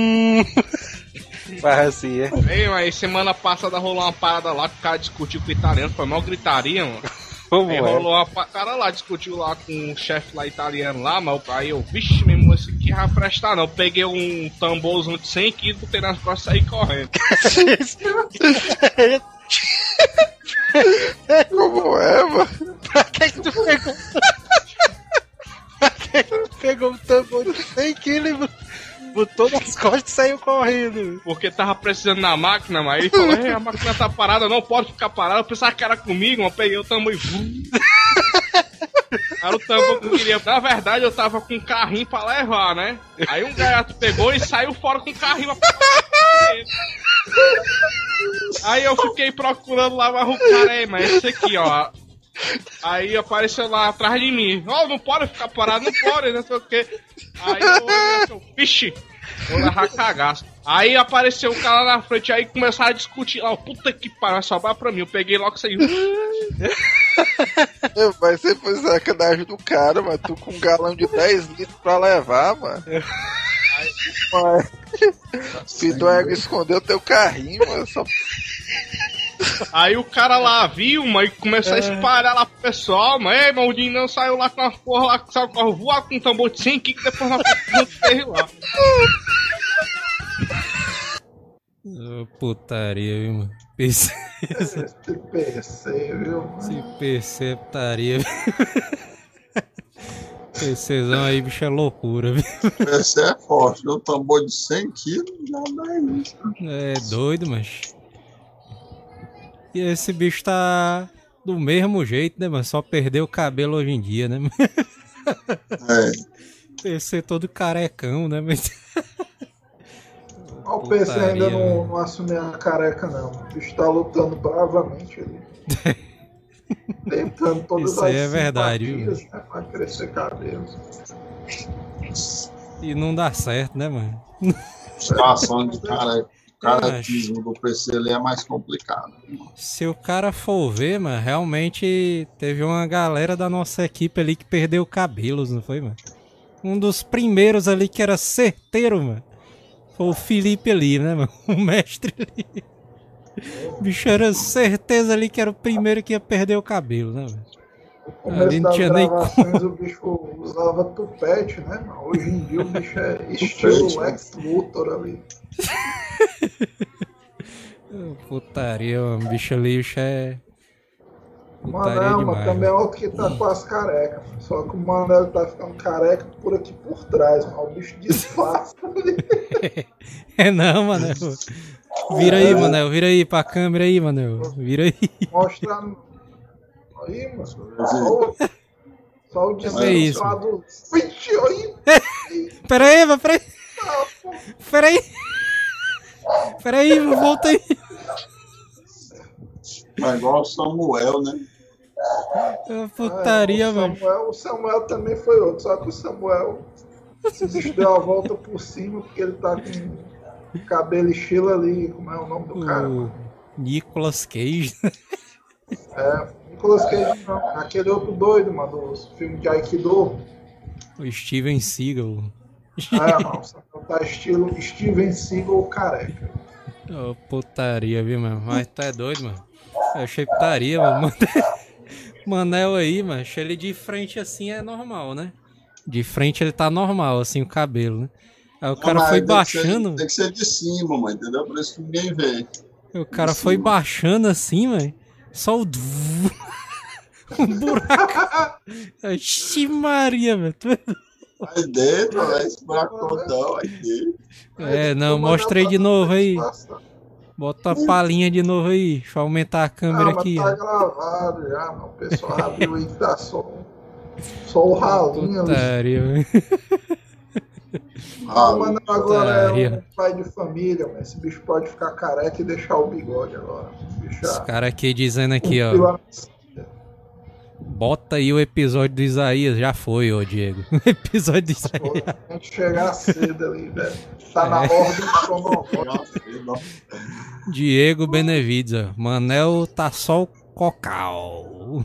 Faz assim, é. Ei, mas semana passada rolou uma parada lá que o cara discutiu com o italiano, foi mal gritaria, mano. Como aí é? rolou uma cara lá, discutiu lá com o chefe lá italiano lá, mas aí eu, vixe, mesmo, esse aqui vai prestar não. Eu peguei um tamborzão de 100 kg, botei nas costas e saí correndo. Como é, mano? Pra que tu pegou? Pra que tu pegou um tambor de 100 kg, botou nas costas e saiu correndo? Porque tava precisando na máquina, mas ele falou, a máquina tá parada, não pode ficar parada. Eu pensava que era comigo, mas eu peguei o tambor e... Era o tambor que eu queria. Na verdade, eu tava com um carrinho pra levar, né? Aí um gaiato pegou e saiu fora com o carrinho pra... Aí eu fiquei procurando lá, mas o cara, mas esse aqui, ó. Aí apareceu lá atrás de mim. Ó, não pode ficar parado, não pode, não sei o que. Aí eu, vixe, vou levar cagaço. Aí apareceu o cara lá na frente, aí começaram a discutir lá, puta que pariu, vai sobrar pra mim. Eu peguei logo isso aí. Mas você foi sacanagem do cara, mano. Tu com um galão de 10 litros pra levar, mano. Speedwag escondeu teu carrinho, mano. Aí o cara lá viu, mas começou a espalhar lá pro pessoal, mas ei, maldinho não saiu lá com as porra lá, saiu com o voar com um tambor de 100 que depois nós fez lá. Putaria, viu, mano? PC. Esse PC, viu? Esse PC é putaria, viu? PCzão aí, bicho, é loucura, viu? PC é forte, viu? Tambor de 100 quilos já dá isso. É doido, mas. E esse bicho tá do mesmo jeito, né, mano? Só perdeu o cabelo hoje em dia, né? PC todo carecão, né? Mas... O PC ainda não assumiu a careca, não. O bicho tá lutando bravamente ali. Tentando todas isso aí as é verdade, simpatias, né, pra crescer cabelo. E não dá certo, né, mano? Situação de careca. O carequismo do PC ali é mais complicado. Se o cara for ver, mano, realmente teve uma galera da nossa equipe ali que perdeu cabelos, não foi, mano? Um dos primeiros ali que era certeiro, mano, foi o Felipe ali, né, mano? O mestre ali. O bicho era certeza ali que era o primeiro que ia perder o cabelo, né, velho? No começo das gravações o bicho usava tupete, né, mano? Hoje em dia o bicho é estilo Lex Luthor ali. Putaria, mano. O bicho ali, bicho é... Manel, mas também é outro que tá quase careca. Só que o Manel tá ficando careca por aqui por trás, mano. O bicho disfarça. É não, Manel. Vira aí, Manel. Vira aí pra câmera aí, Manel. Vira aí. Mostrando. Aí, mano. Só o desgraçado. Aí. Pera aí, mano. Pera aí. Pera aí, volta aí. É igual o Samuel, né? É putaria, mano. O Samuel também foi outro, só que o Samuel se deu a volta por cima porque ele tá com cabelo estilo ali, como é o nome do cara? Nicolas Cage. Nicolas Cage não, aquele outro doido, mano, do filme de Aikido. O Steven Seagal. Mano, o Samuel tá estilo Steven Seagal careca. Putaria, viu, mano? Mas tá doido, mano. Eu achei putaria, mano. Manel aí, mano, ele de frente assim é normal, né? De frente ele tá normal, assim, o cabelo, né? Aí o cara foi baixando. Tem que ser de cima, mano, entendeu? Por isso que ninguém vê. O cara foi baixando assim, mano. Só o. Um buraco. Ixi, Maria, velho. Aí dentro, né? Esse buraco todão aí dentro. Não, mostra aí de novo aí. Bota a palhinha de novo aí. Deixa eu aumentar a câmera aqui. Tá gravado já, mano. O pessoal abriu aí que dá só o ralinho. Putaria, Mano, agora é um pai de família, mas esse bicho pode ficar careca e deixar o bigode agora. Os caras aqui dizendo aqui, ó. Bota aí o episódio do Isaías. Já foi, ô Diego. O episódio do Isaías. Tem que chegar cedo ali, velho. Tá na ordem cronológica. Diego Benevides, ó. Manel tá só o cocal.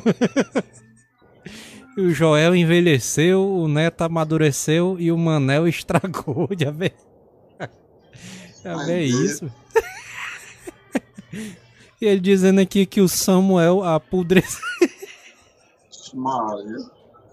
O Joel envelheceu, o Neto amadureceu e o Manel estragou. Já vê? Já vê isso? E ele dizendo aqui que o Samuel apodreceu. Maria.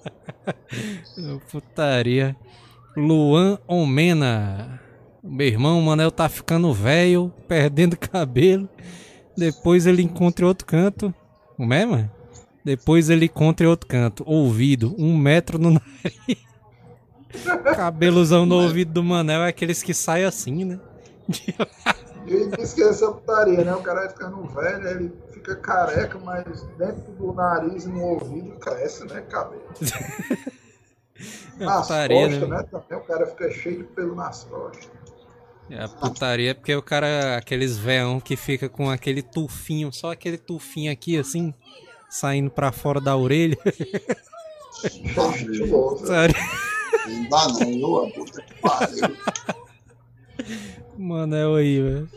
Putaria. Luan Omena. Meu irmão, o Manel tá ficando velho, perdendo cabelo. Depois ele encontra outro canto. Como é, mano? Depois ele encontra outro canto. Ouvido, 1 metro no nariz. Cabelozão no ouvido do Manel é aqueles que saem assim, né? Ele disse que essa putaria, né? O cara vai ficando velho, ele fica careca, mas dentro do nariz e no ouvido cresce, né? Cabelo. Nas putaria, costas, né? Também o cara fica cheio de pelo nas costas. A putaria é porque o cara, aqueles véão que fica com aquele tufinho, só aquele tufinho aqui assim, saindo pra fora da orelha. Não dá não, viu? Puta que pariu. Manel aí, velho.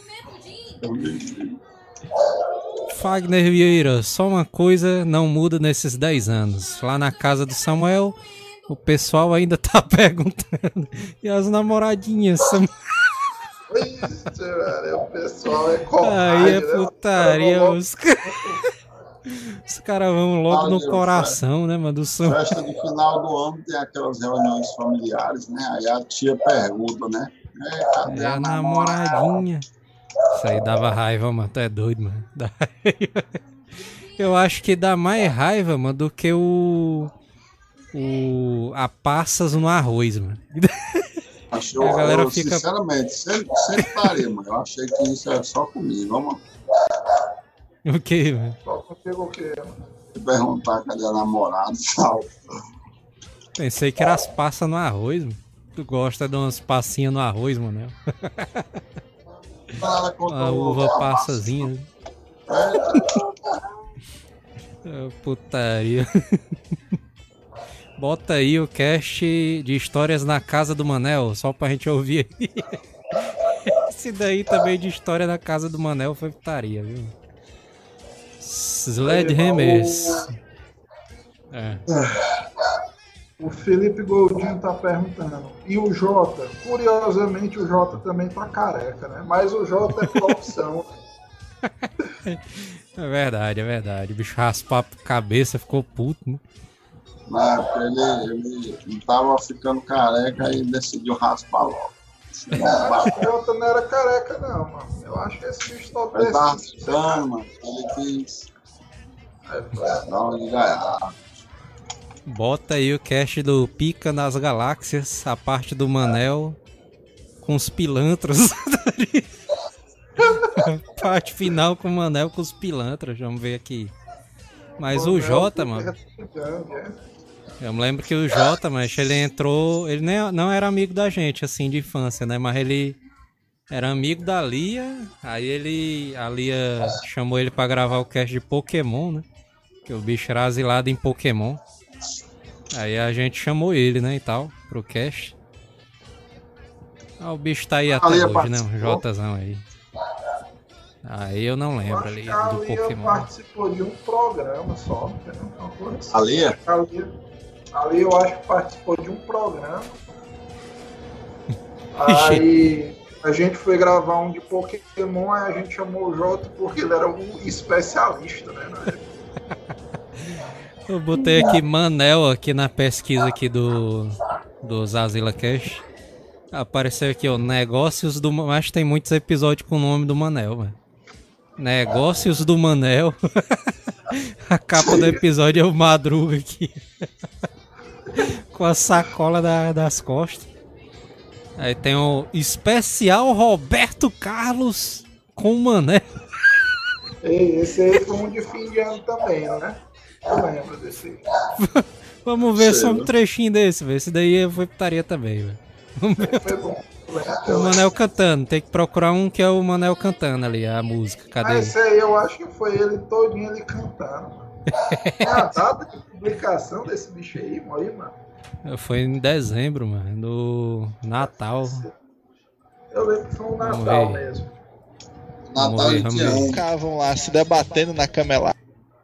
Fagner Vieira, só uma coisa não muda nesses 10 anos. Lá na casa do Samuel, o pessoal ainda tá perguntando. E as namoradinhas, Samuel? Isso, velho, o pessoal é covarde. Aí é putaria, os caras vão logo no coração, né, mano? Festa de final do ano tem aquelas reuniões familiares, né? Aí a tia pergunta, né? Cadê a namoradinha? Isso aí dava raiva, mano. Tu é doido, mano. Eu acho que dá mais raiva, mano, do que a passas no arroz, mano. A galera fica... Sinceramente, sempre parei, mano. Eu achei que isso era só comigo, mano. O que, velho? Só contigo o quê, mano? Perguntar cadê a namorada e tal. Pensei que era as passas no arroz, mano. Tu gosta de umas passinhas no arroz, mano? A uva passazinha. Putaria. Bota aí o cast de histórias na casa do Manel, só pra gente ouvir aí. Esse daí também de história na casa do Manel foi putaria, viu? Sledhammers. O Felipe Goldinho tá perguntando. E o Jota? Curiosamente, o Jota também tá careca, né? Mas o Jota é por opção. É verdade. O bicho raspou a cabeça, ficou puto, né? Ele tava ficando careca e decidiu raspar logo. O Jota não era careca, não, mano. Eu acho que esse bicho tá ele tava ficando, mano. Ele quis. Não, ele ganhar. Bota aí o cast do Pica nas Galáxias, a parte do Manel com os pilantras. Parte final com o Manel com os pilantras, vamos ver aqui. Mas o Jota, mano. Eu me lembro que o Jota, mas ele entrou. Ele não era amigo da gente, assim, de infância, né? Mas ele era amigo da Lia. Aí a Lia chamou ele pra gravar o cast de Pokémon, né? Que o bicho era asilado em Pokémon. Aí a gente chamou ele, né, e tal, pro cast. Ah, o bicho tá aí até hoje, né, um Jzão aí. Aí eu não lembro ali do Pokémon. Participou de um programa só, entendeu? Assim. Ali eu acho que participou de um programa. Aí a gente foi gravar um de Pokémon, aí a gente chamou o Jota porque ele era um especialista, né? Eu botei aqui Manel aqui na pesquisa aqui do Zazila Cash. Apareceu aqui, ó, negócios do... Mas tem muitos episódios com o nome do Manel, velho. Negócios do Manel. A capa do episódio é o Madruga aqui. Com a sacola das costas. Aí tem o especial Roberto Carlos com o Manel. Esse aí foi um de fim de ano também, né? Eu lembro desse aí. Vamos ver só um trechinho desse, velho. Esse daí foi putaria também, velho. Foi bom. O Manel cantando, tem que procurar um que é o Manel cantando ali, a música. Cadê? Esse aí eu acho que foi ele todinho ele cantando. É a data de publicação desse bicho aí, mano. Foi em dezembro, mano, do Natal. Eu lembro que foi um Natal mesmo. Natal e ficavam lá se debatendo na cama lá.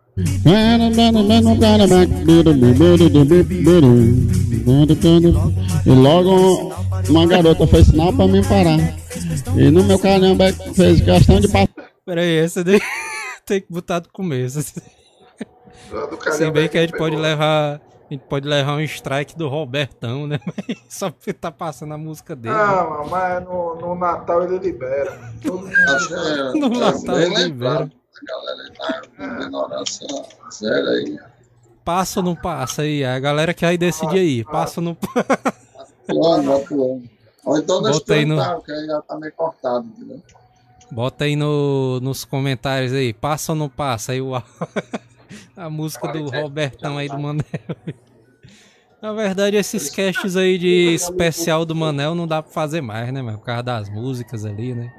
E logo uma garota fez sinal pra mim parar. E no meu caramba fez questão de passar. Peraí, esse daí tem que botar do começo. Se bem que a gente pode levar um strike do Robertão, né? Só porque tá passando a música dele. Não, mas no Natal ele libera. Todo mundo no Natal ele libera. A galera tá com ignorância zero aí. Passa ou não passa aí? A galera que aí decide aí. Passa ou não passa? Pulando. Ou então deixa eu perguntar, que aí já tá meio cortado, entendeu? Bota aí nos comentários aí. Passa ou não passa? Aí a música do Robertão aí do Manel. Na verdade, esses casts aí de especial do Manel não dá pra fazer mais, né, mano? Por causa das músicas ali, né?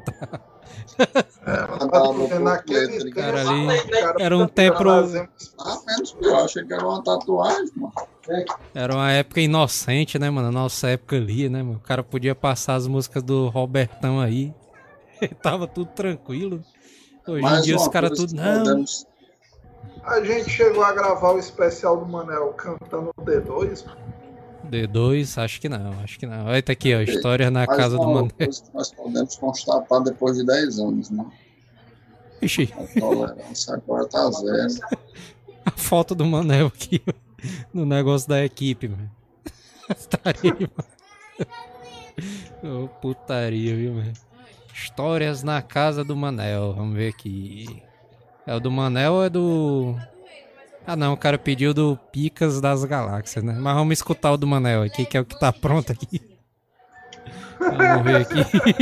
Cara ali era um tempo. Eu achei que era uma tatuagem, mano. Era uma época inocente, né, mano? Nossa época ali, né, mano? O cara podia passar as músicas do Robertão aí. Tava tudo tranquilo. Hoje em dia os caras tudo. Não. A gente chegou a gravar o especial do Manel cantando o D2. D2, acho que não. Olha, tá aqui, ó, Histórias na Casa do Manel. Nós podemos constatar depois de 10 anos, né? Ixi. A tolerância agora tá zero. A foto do Manel aqui, no negócio da equipe, mano. Putaria, mano. Oh, putaria, viu, mano? Histórias na Casa do Manel. Vamos ver aqui. É o do Manel ou é do... Ah não, o cara pediu do Picas das Galáxias, né? Mas vamos escutar o do Manel aqui, que é o que tá pronto aqui. Vamos ver aqui.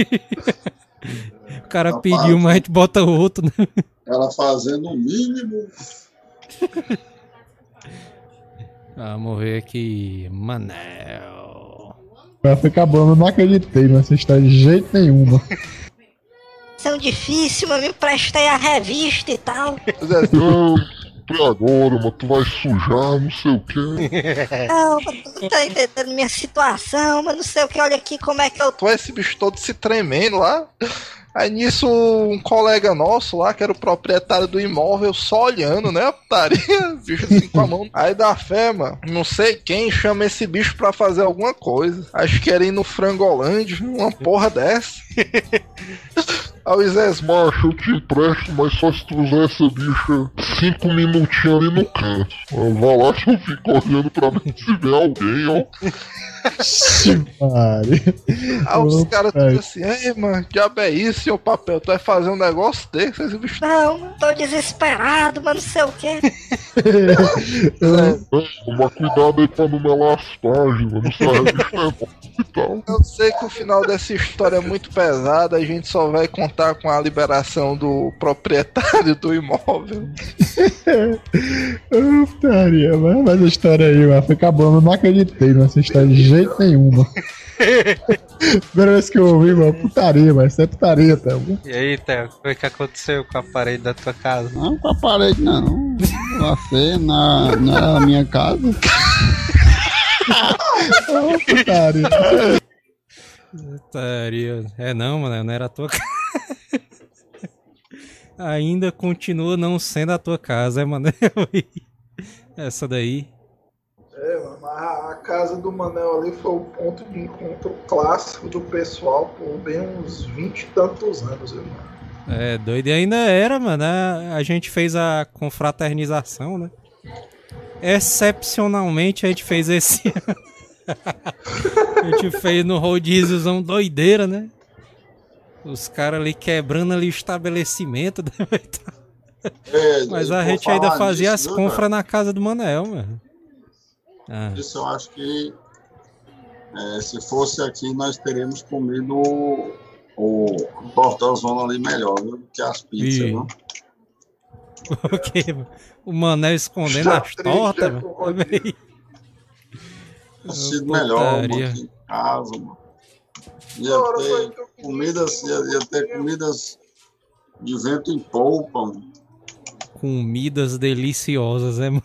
O cara pediu, mas a gente bota o outro, né? Ela fazendo o mínimo. Vamos ver aqui. Manel. Vai ficar bom, eu não acreditei nessa história de jeito nenhum. São difícil, mas me emprestei a revista e tal. Não, agora, mas tu vai sujar, não sei o que. Não, tu tá entendendo minha situação, mas não sei o que, olha aqui como é que eu tô. Esse bicho todo se tremendo lá. Aí nisso, um colega nosso lá, que era o proprietário do imóvel, só olhando, né, a putaria, bicho assim com a mão. Aí dá fé, mano, não sei quem chama esse bicho pra fazer alguma coisa. Acho que era ir no Frangolândia, uma porra dessa. Aí o Zé, macho, eu te empresto, mas só se tu usar essa bicha 5 minutinhos ali no canto. Vai lá que eu fico olhando pra ver se vê alguém, ó. Aí os caras tudo assim, ei, mano, que diabo é isso, seu papel? Tu vai fazer um negócio desse? Esse bicho... Não, tô desesperado, mas não sei o que. Mas cuidado aí pra não melar as páginas, não sai bicho e tal. Eu sei que o final dessa história é muito pesado, a gente só vai contar com a liberação do proprietário do imóvel. Putaria, mas a história aí, mano, foi acabando, eu não acreditei nessa história de jeito nenhum, mano. Primeira vez que eu ouvi, mano, putaria, mas isso é putaria, Théo. E aí, Théo, o que aconteceu com a parede da tua casa? Não, com a parede não. Você na minha casa. Putaria. Putaria. É não, mano, não era a tua casa. Ainda continua não sendo a tua casa, é, Manel? Essa daí. Mano, a casa do Manel ali foi o ponto de encontro clássico do pessoal por bem uns 20 e tantos anos, irmão. É, doido. E ainda era, mano. A gente fez a confraternização, né? Excepcionalmente a gente fez esse ano. A gente fez no rodíziozão doideira, né? Os caras ali quebrando ali o estabelecimento. Mas a gente ainda fazia as confras na casa do Manel, mano. Isso eu acho que se fosse aqui nós teríamos comido o portãozão ali melhor, viu, do que as pizzas, viu? Ok, mano. O Manel escondendo as tortas, mano. Tinha sido melhor, mano, aqui em casa, mano. Ia ter comidas de vento em polpa, mano. Comidas deliciosas, mano.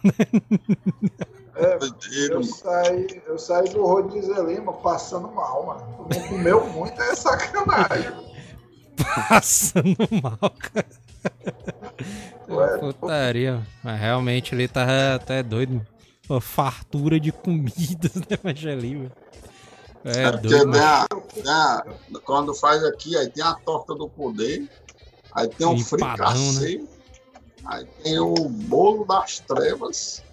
Eu saí do rodízio ali, mano, passando mal, mano. Tu não comeu muito, é sacanagem. Passando mal, cara. Putaria. Mas realmente ele tava até doido, mano. Uma fartura de comidas, né, mas ali, mano. Doido, quando faz aqui, aí tem a torta do poder, aí tem o fricassê, né? Aí tem o bolo das trevas,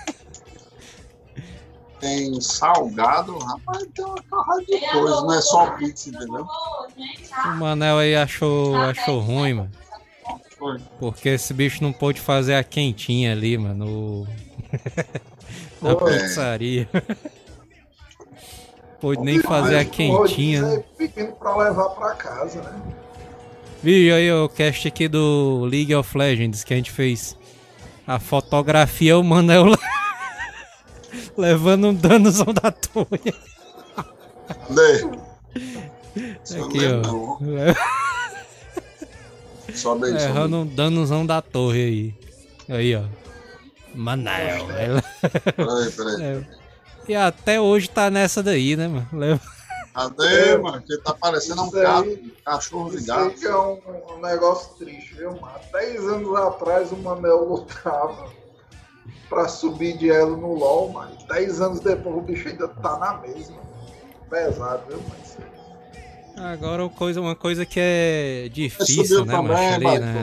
tem salgado, rapaz, tem uma carrada de coisa, não é só pizza, entendeu? O Manel aí achou ruim, mano. Porque esse bicho não pôde fazer a quentinha ali, mano, na pizzaria. Pôde nem fazer a quentinha, né? Pedindo pra levar pra casa, né? Viu aí o cast aqui do League of Legends que a gente fez. A fotografia, o Manel levando um danozão da torre. Aqui, ó. Levando um danozão da torre aí. Aí, ó. Manel. Peraí. E até hoje tá nessa daí, né, mano? Cadê, mano? Que tá parecendo um cachorro de gato. Isso aí que é um negócio triste, viu, mano? 10 anos atrás o Manel lutava pra subir de elo no LoL, mano. 10 anos depois o bicho ainda tá na mesma. Pesado, viu, mas... Agora uma coisa que é difícil, né, mano? Ali, né?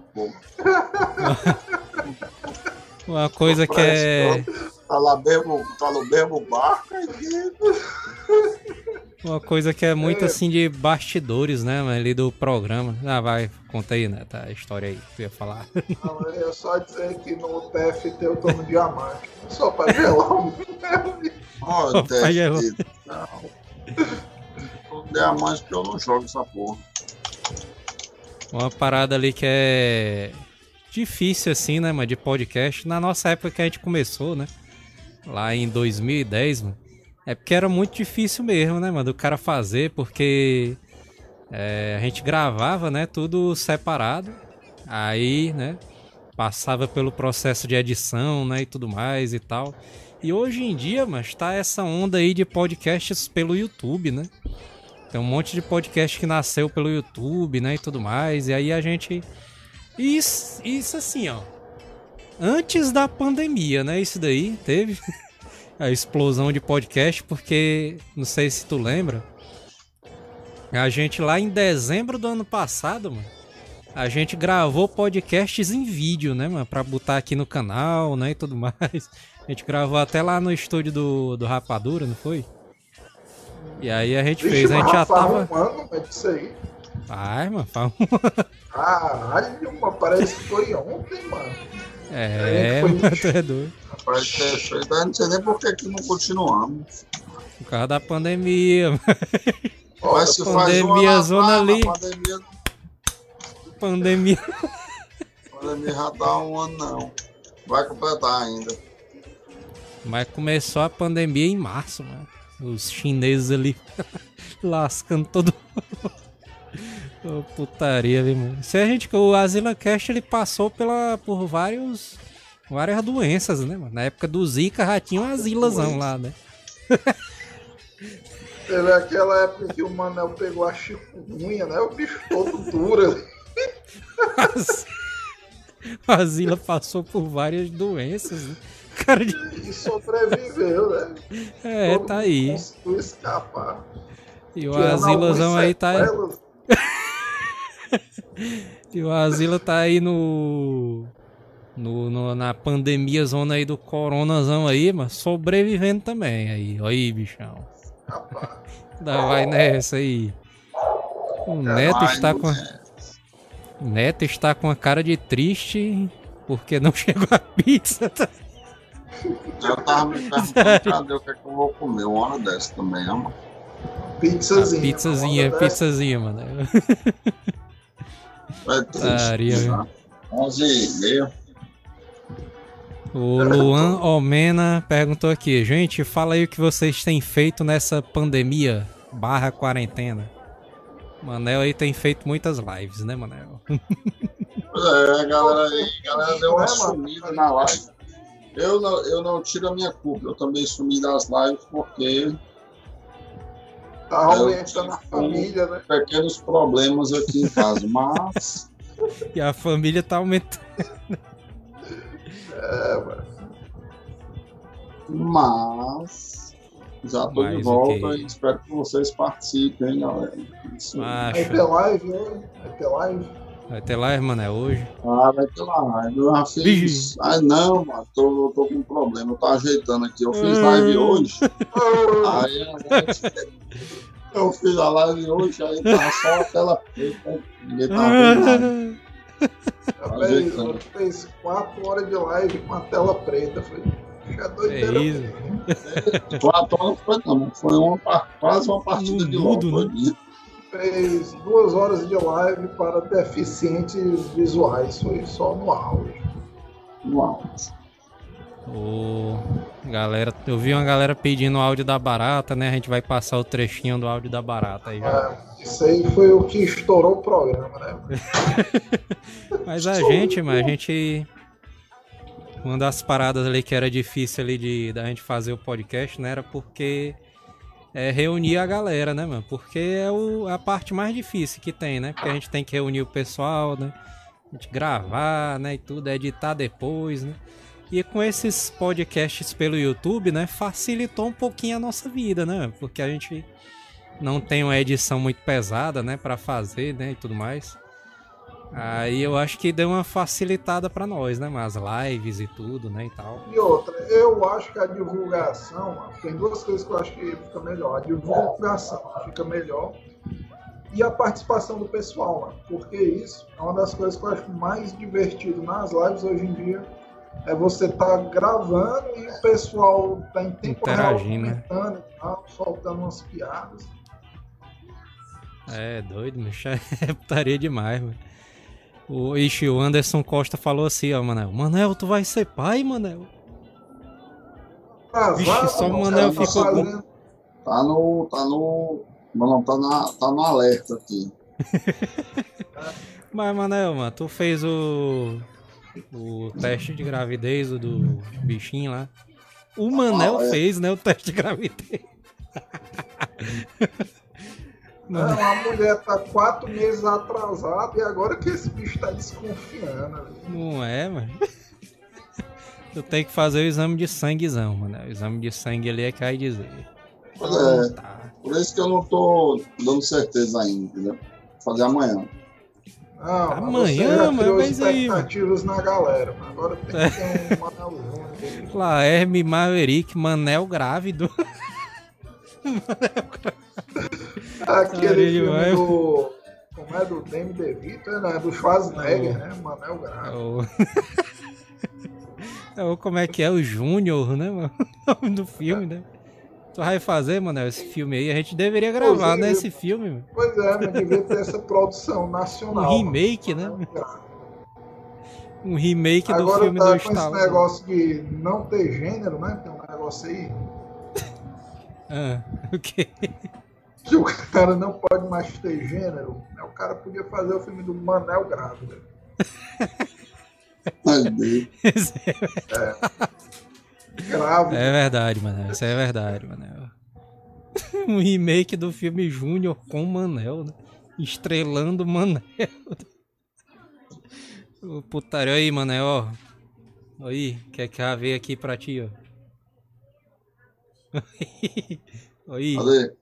Uma coisa que é... Tá no mesmo barco aí. Uma coisa que é muito assim de bastidores, né, ali do programa. Vai, conta aí, né, tá, a história aí que eu ia falar. Não, eu ia só dizer que no TFT eu tô no diamante. Só pra gelar o meu. TFT. Não. Diamante que eu não jogo essa porra. Uma parada ali que é difícil assim, né, mano, de podcast. Na nossa época que a gente começou, né? Lá em 2010, mano. É porque era muito difícil mesmo, né, mano, do cara fazer, porque a gente gravava, né, tudo separado. Aí, né, passava pelo processo de edição, né, e tudo mais e tal. E hoje em dia, mas tá essa onda aí de podcasts pelo YouTube, né? Tem um monte de podcast que nasceu pelo YouTube, né, e tudo mais. E aí a gente... Isso assim, ó. Antes da pandemia, né? Isso daí teve a explosão de podcast, porque não sei se tu lembra, a gente lá em dezembro do ano passado, mano, a gente gravou podcasts em vídeo, né, mano, pra botar aqui no canal, né, e tudo mais. A gente gravou até lá no estúdio do Rapadura, não foi? E aí a gente fez, a gente já tava... Mano, é disso aí. Ai, mano, fala. Caralho, mano, parece que foi ontem, mano. Mano, tu é doido. Rapaz, não sei nem por que não continuamos. Por causa da pandemia, mano. Mas se pandemia, zona ali. Pandemia já tá um ano, não. Vai completar ainda. Mas começou a pandemia em março, mano. Os chineses ali lascando todo mundo. Oh, putaria ali, mano. Se a gente, o AsilaCast ele passou por vários várias doenças, né, mano? Na época do Zika já tinha uma asilazão lá, né? Teve aquela época que o Manel pegou a chikungunya, né? O bicho todo duro. A Zila passou por várias doenças, né? Cara de... E sobreviveu, né? É, todo tá aí. Conseguiu escapar. E o asilazão aí tá aí. E o Asila tá aí na pandemia zona aí do coronazão aí, mas sobrevivendo também aí. Olha aí, bichão. Vai nessa aí. O Neto está com a cara de triste porque não chegou a pizza. Eu tava me perguntando cadê o que é que eu vou comer uma hora dessa também, mano. Pizzazinha, mano. É triste, né? 11h30. O Luan Omena perguntou aqui: gente, fala aí o que vocês têm feito nessa pandemia / quarentena. Manel aí tem feito muitas lives, né, Manel? Pois é, a galera deu uma sumida na live. Eu não tiro a minha culpa, eu também sumi das lives porque tá aumentando a família, né? Pequenos problemas aqui em casa, mas... E a família tá aumentando. Mano. Mas... Já tô de volta e espero que vocês participem, galera. Vai ter live hoje? Vai ter live, mano, é hoje? Ah, vai ter live. Eu já fiz... não, mano, tô com um problema. Eu tô ajeitando aqui. Eu fiz live hoje. Aí eu fiz a live hoje, aí tava só a tela preta. Ninguém tava vendo nada. Eu fiz 4 horas de live com a tela preta. Foi doideira. É isso. 4 horas foi não. Foi quase uma partida de LOL. Né? Fez 2 horas de live para deficientes visuais. Foi só no áudio. Galera, eu vi uma galera pedindo o áudio da barata, né? A gente vai passar o trechinho do áudio da barata aí já. Isso aí foi o que estourou o programa, né? Mas a gente... Uma das paradas ali que era difícil ali da gente fazer o podcast, né? Era porque reunir a galera, né, mano? Porque é a parte mais difícil que tem, né? Porque a gente tem que reunir o pessoal, né? A gente gravar, né? E tudo, editar depois, né? E com esses podcasts pelo YouTube, né? Facilitou um pouquinho a nossa vida, né? Porque a gente não tem uma edição muito pesada, né? Pra fazer, né? E tudo mais. Aí eu acho que deu uma facilitada pra nós, né? As lives e tudo, né? E tal. E outra, eu acho que a divulgação, mano, tem 2 coisas que eu acho que fica melhor. A divulgação fica melhor e a participação do pessoal, mano. Porque isso é uma das coisas que eu acho mais divertido nas lives hoje em dia. É você tá gravando e o pessoal tá em tempo real comentando e tal, soltando umas piadas. É doido, mas é putaria demais, mano. O Anderson Costa falou assim, ó, Manel. Manel, tu vai ser pai, Manel? Vixe, só o Manel ficou com... Tá no alerta aqui. Mas, Manel, mano, tu fez o teste de gravidez do bichinho lá. O Manel fez, né, o teste de gravidez. Não, a mulher tá 4 meses atrasada e agora que esse bicho tá desconfiando. Não é, mano. Eu tenho que fazer o exame de sanguezão, mano. O exame de sangue ali é que vai dizer. Por isso que eu não tô dando certeza ainda, entendeu? Vou fazer amanhã. Não, amanhã, mano, mas aí... expectativas na galera. Agora tem que ter um Manelzão. Laerme Maverick, Manel grávido. Aquele filme do... Como é? Do Danny DeVito, né? Do Schwarzenegger, né? Manel grávido. Como é que é? O Júnior, né, mano? O nome do filme, né? Tu vai fazer, Manel, esse filme aí? A gente deveria gravar, né, esse filme, mano. Pois é, mas devia ter essa produção nacional. Um remake, né? Um remake agora do filme tá do com esse negócio de não ter gênero, né? Tem um negócio aí. O quê? Que o cara não pode mais ter gênero. O cara podia fazer o filme do Manel grávido. Grave. É verdade, Manel. Isso é verdade, Manel. Um remake do filme Júnior com Manel, né? Estrelando Manel. O putaria aí, Manel, ó. Aí, quer que eu veja aqui pra ti, ó. Aí. Cadê?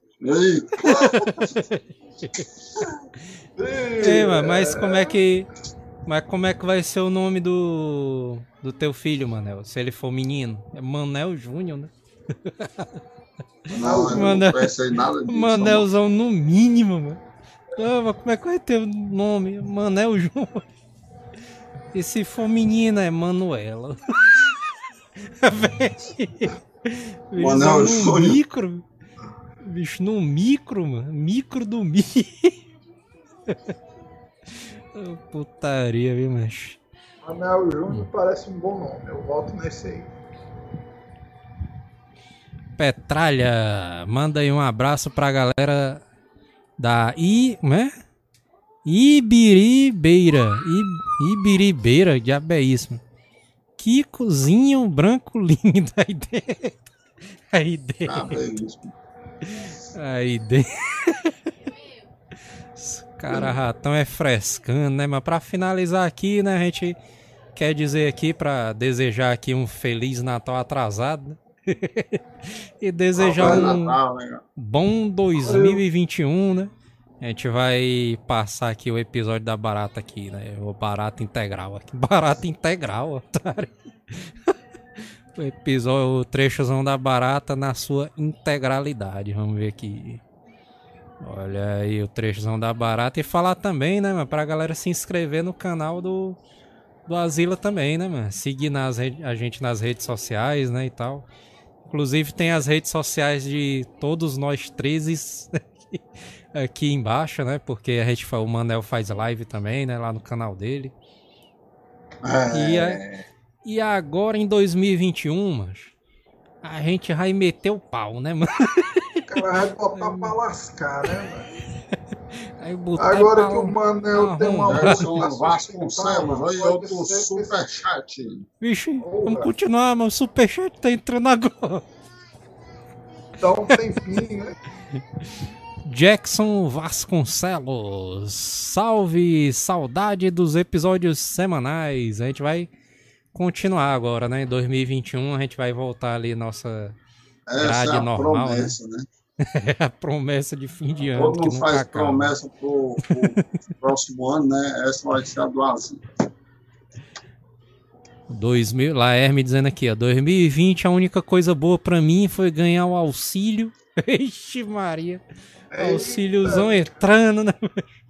Ei, mas como é que vai ser o nome do teu filho, Manel? Se ele for menino? É Manel Júnior, né? Não, não pensei nada disso. Manelzão no mínimo, mano. Ah, mas como é que vai ter o nome? Manel Júnior. E se for menina, é Manuela. Manel Júnior. Micro. Bicho, no micro, mano. Micro do micro. Putaria, viu, macho? Manel Júnior parece um bom nome. Eu voto nesse aí. Petralha, manda aí um abraço pra galera da Ibiribeira, diabo é isso, mano. Que cozinho branco lindo aí dentro. Aí dentro. Aí dentro. Esse cara ratão é frescando, né? Mas pra finalizar aqui, né, a gente quer dizer aqui, pra desejar aqui um Feliz Natal atrasado, né? E desejar bom 2021, né? A gente vai passar aqui o episódio da barata aqui, né? O barata integral aqui. Barata integral, otário. O episódio, o trechozão da barata na sua integralidade. Vamos ver aqui. Olha aí o trechozão da barata. E falar também, né, mano? Pra galera se inscrever no canal do Azila também, né, mano? Seguir a gente nas redes sociais, né, e tal. Inclusive tem as redes sociais de todos nós 13 aqui embaixo, né? Porque o Manel faz live também, né? Lá no canal dele. E agora em 2021, mas a gente vai meter o pau, né, mano? O cara vai botar pra lascar, né, mano? Agora que o Manel tem uma Vasconcelos, aí outro superchat. Vixe, vamos continuar, mas o superchat tá entrando agora. Dá um tempinho, né? Jackson Vasconcelos, salve, saudade dos episódios semanais. A gente vai continuar agora, né? Em 2021 a gente vai voltar ali nossa grade normal, promessa, né? É a promessa de fim de ano. Todo mundo faz promessa pro próximo ano, né? Essa vai ser a do Azul. 2000, Laerme dizendo aqui, ó, 2020 a única coisa boa pra mim foi ganhar o auxílio. Ixi Maria, auxíliozão entrando, né?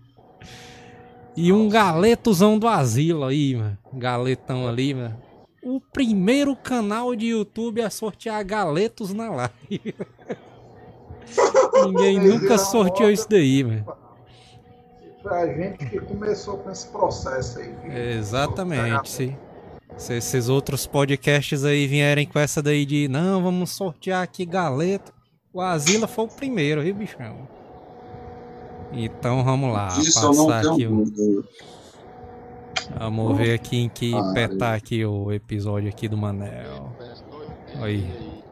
E um galetozão do asilo aí, mano. Galetão ali, mano. O primeiro canal de YouTube a sortear galetos na live. Ninguém nunca sorteou isso daí, mano. Foi a gente que começou com esse processo aí. Exatamente, sim. Se esses outros podcasts aí vierem com essa daí de não, vamos sortear aqui galeta, o Azila foi o primeiro, viu, bichão? Então vamos lá, passar aqui vamos ver aqui em que petar aqui o episódio aqui do Manel. Aí.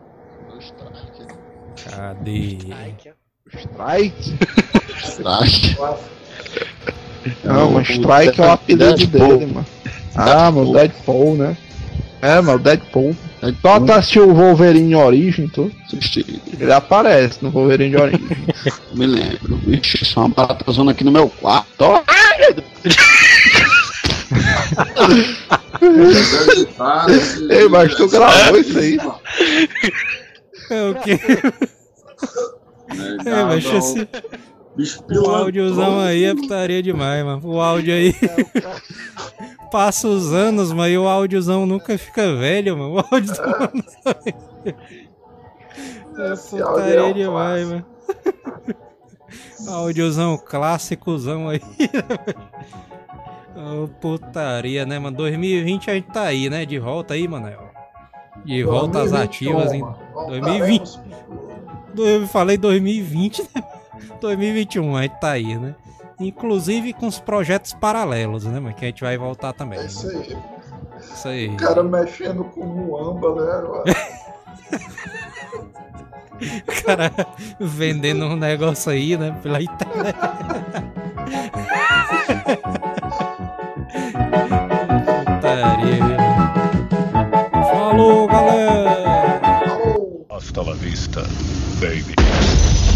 Cadê? Strike? Não, mas Strike é o apelido dele, mano. Ah, mano, Deadpool, né? É, mano, Deadpool. Só tu assistiu o Wolverine Origem, tu? Ele aparece no Wolverine de Origem. Me lembro, bicho, isso é uma baratazona aqui no meu quarto. Ai, meu Deus. Ei, mas tu gravou isso aí, mano? É o quê? Mas o áudiozão aí é putaria demais, mano. O áudio aí passa os anos, mas o áudiozão nunca fica velho, mano. O áudiozão é putaria demais, mano. Áudiozão clássicozão aí. Oh, putaria, né, mano? 2020 a gente tá aí, né? De volta aí, Manel. De volta às ativas em 2020. Eu falei 2020, né? 2021 a gente tá aí, né? Inclusive com os projetos paralelos, né, mano? Que a gente vai voltar também. É isso aí. Isso aí. O cara mexendo com muamba, né? O cara vendendo um negócio aí, né? Pela internet. Putaria. Falou, galera! Hasta la vista, baby.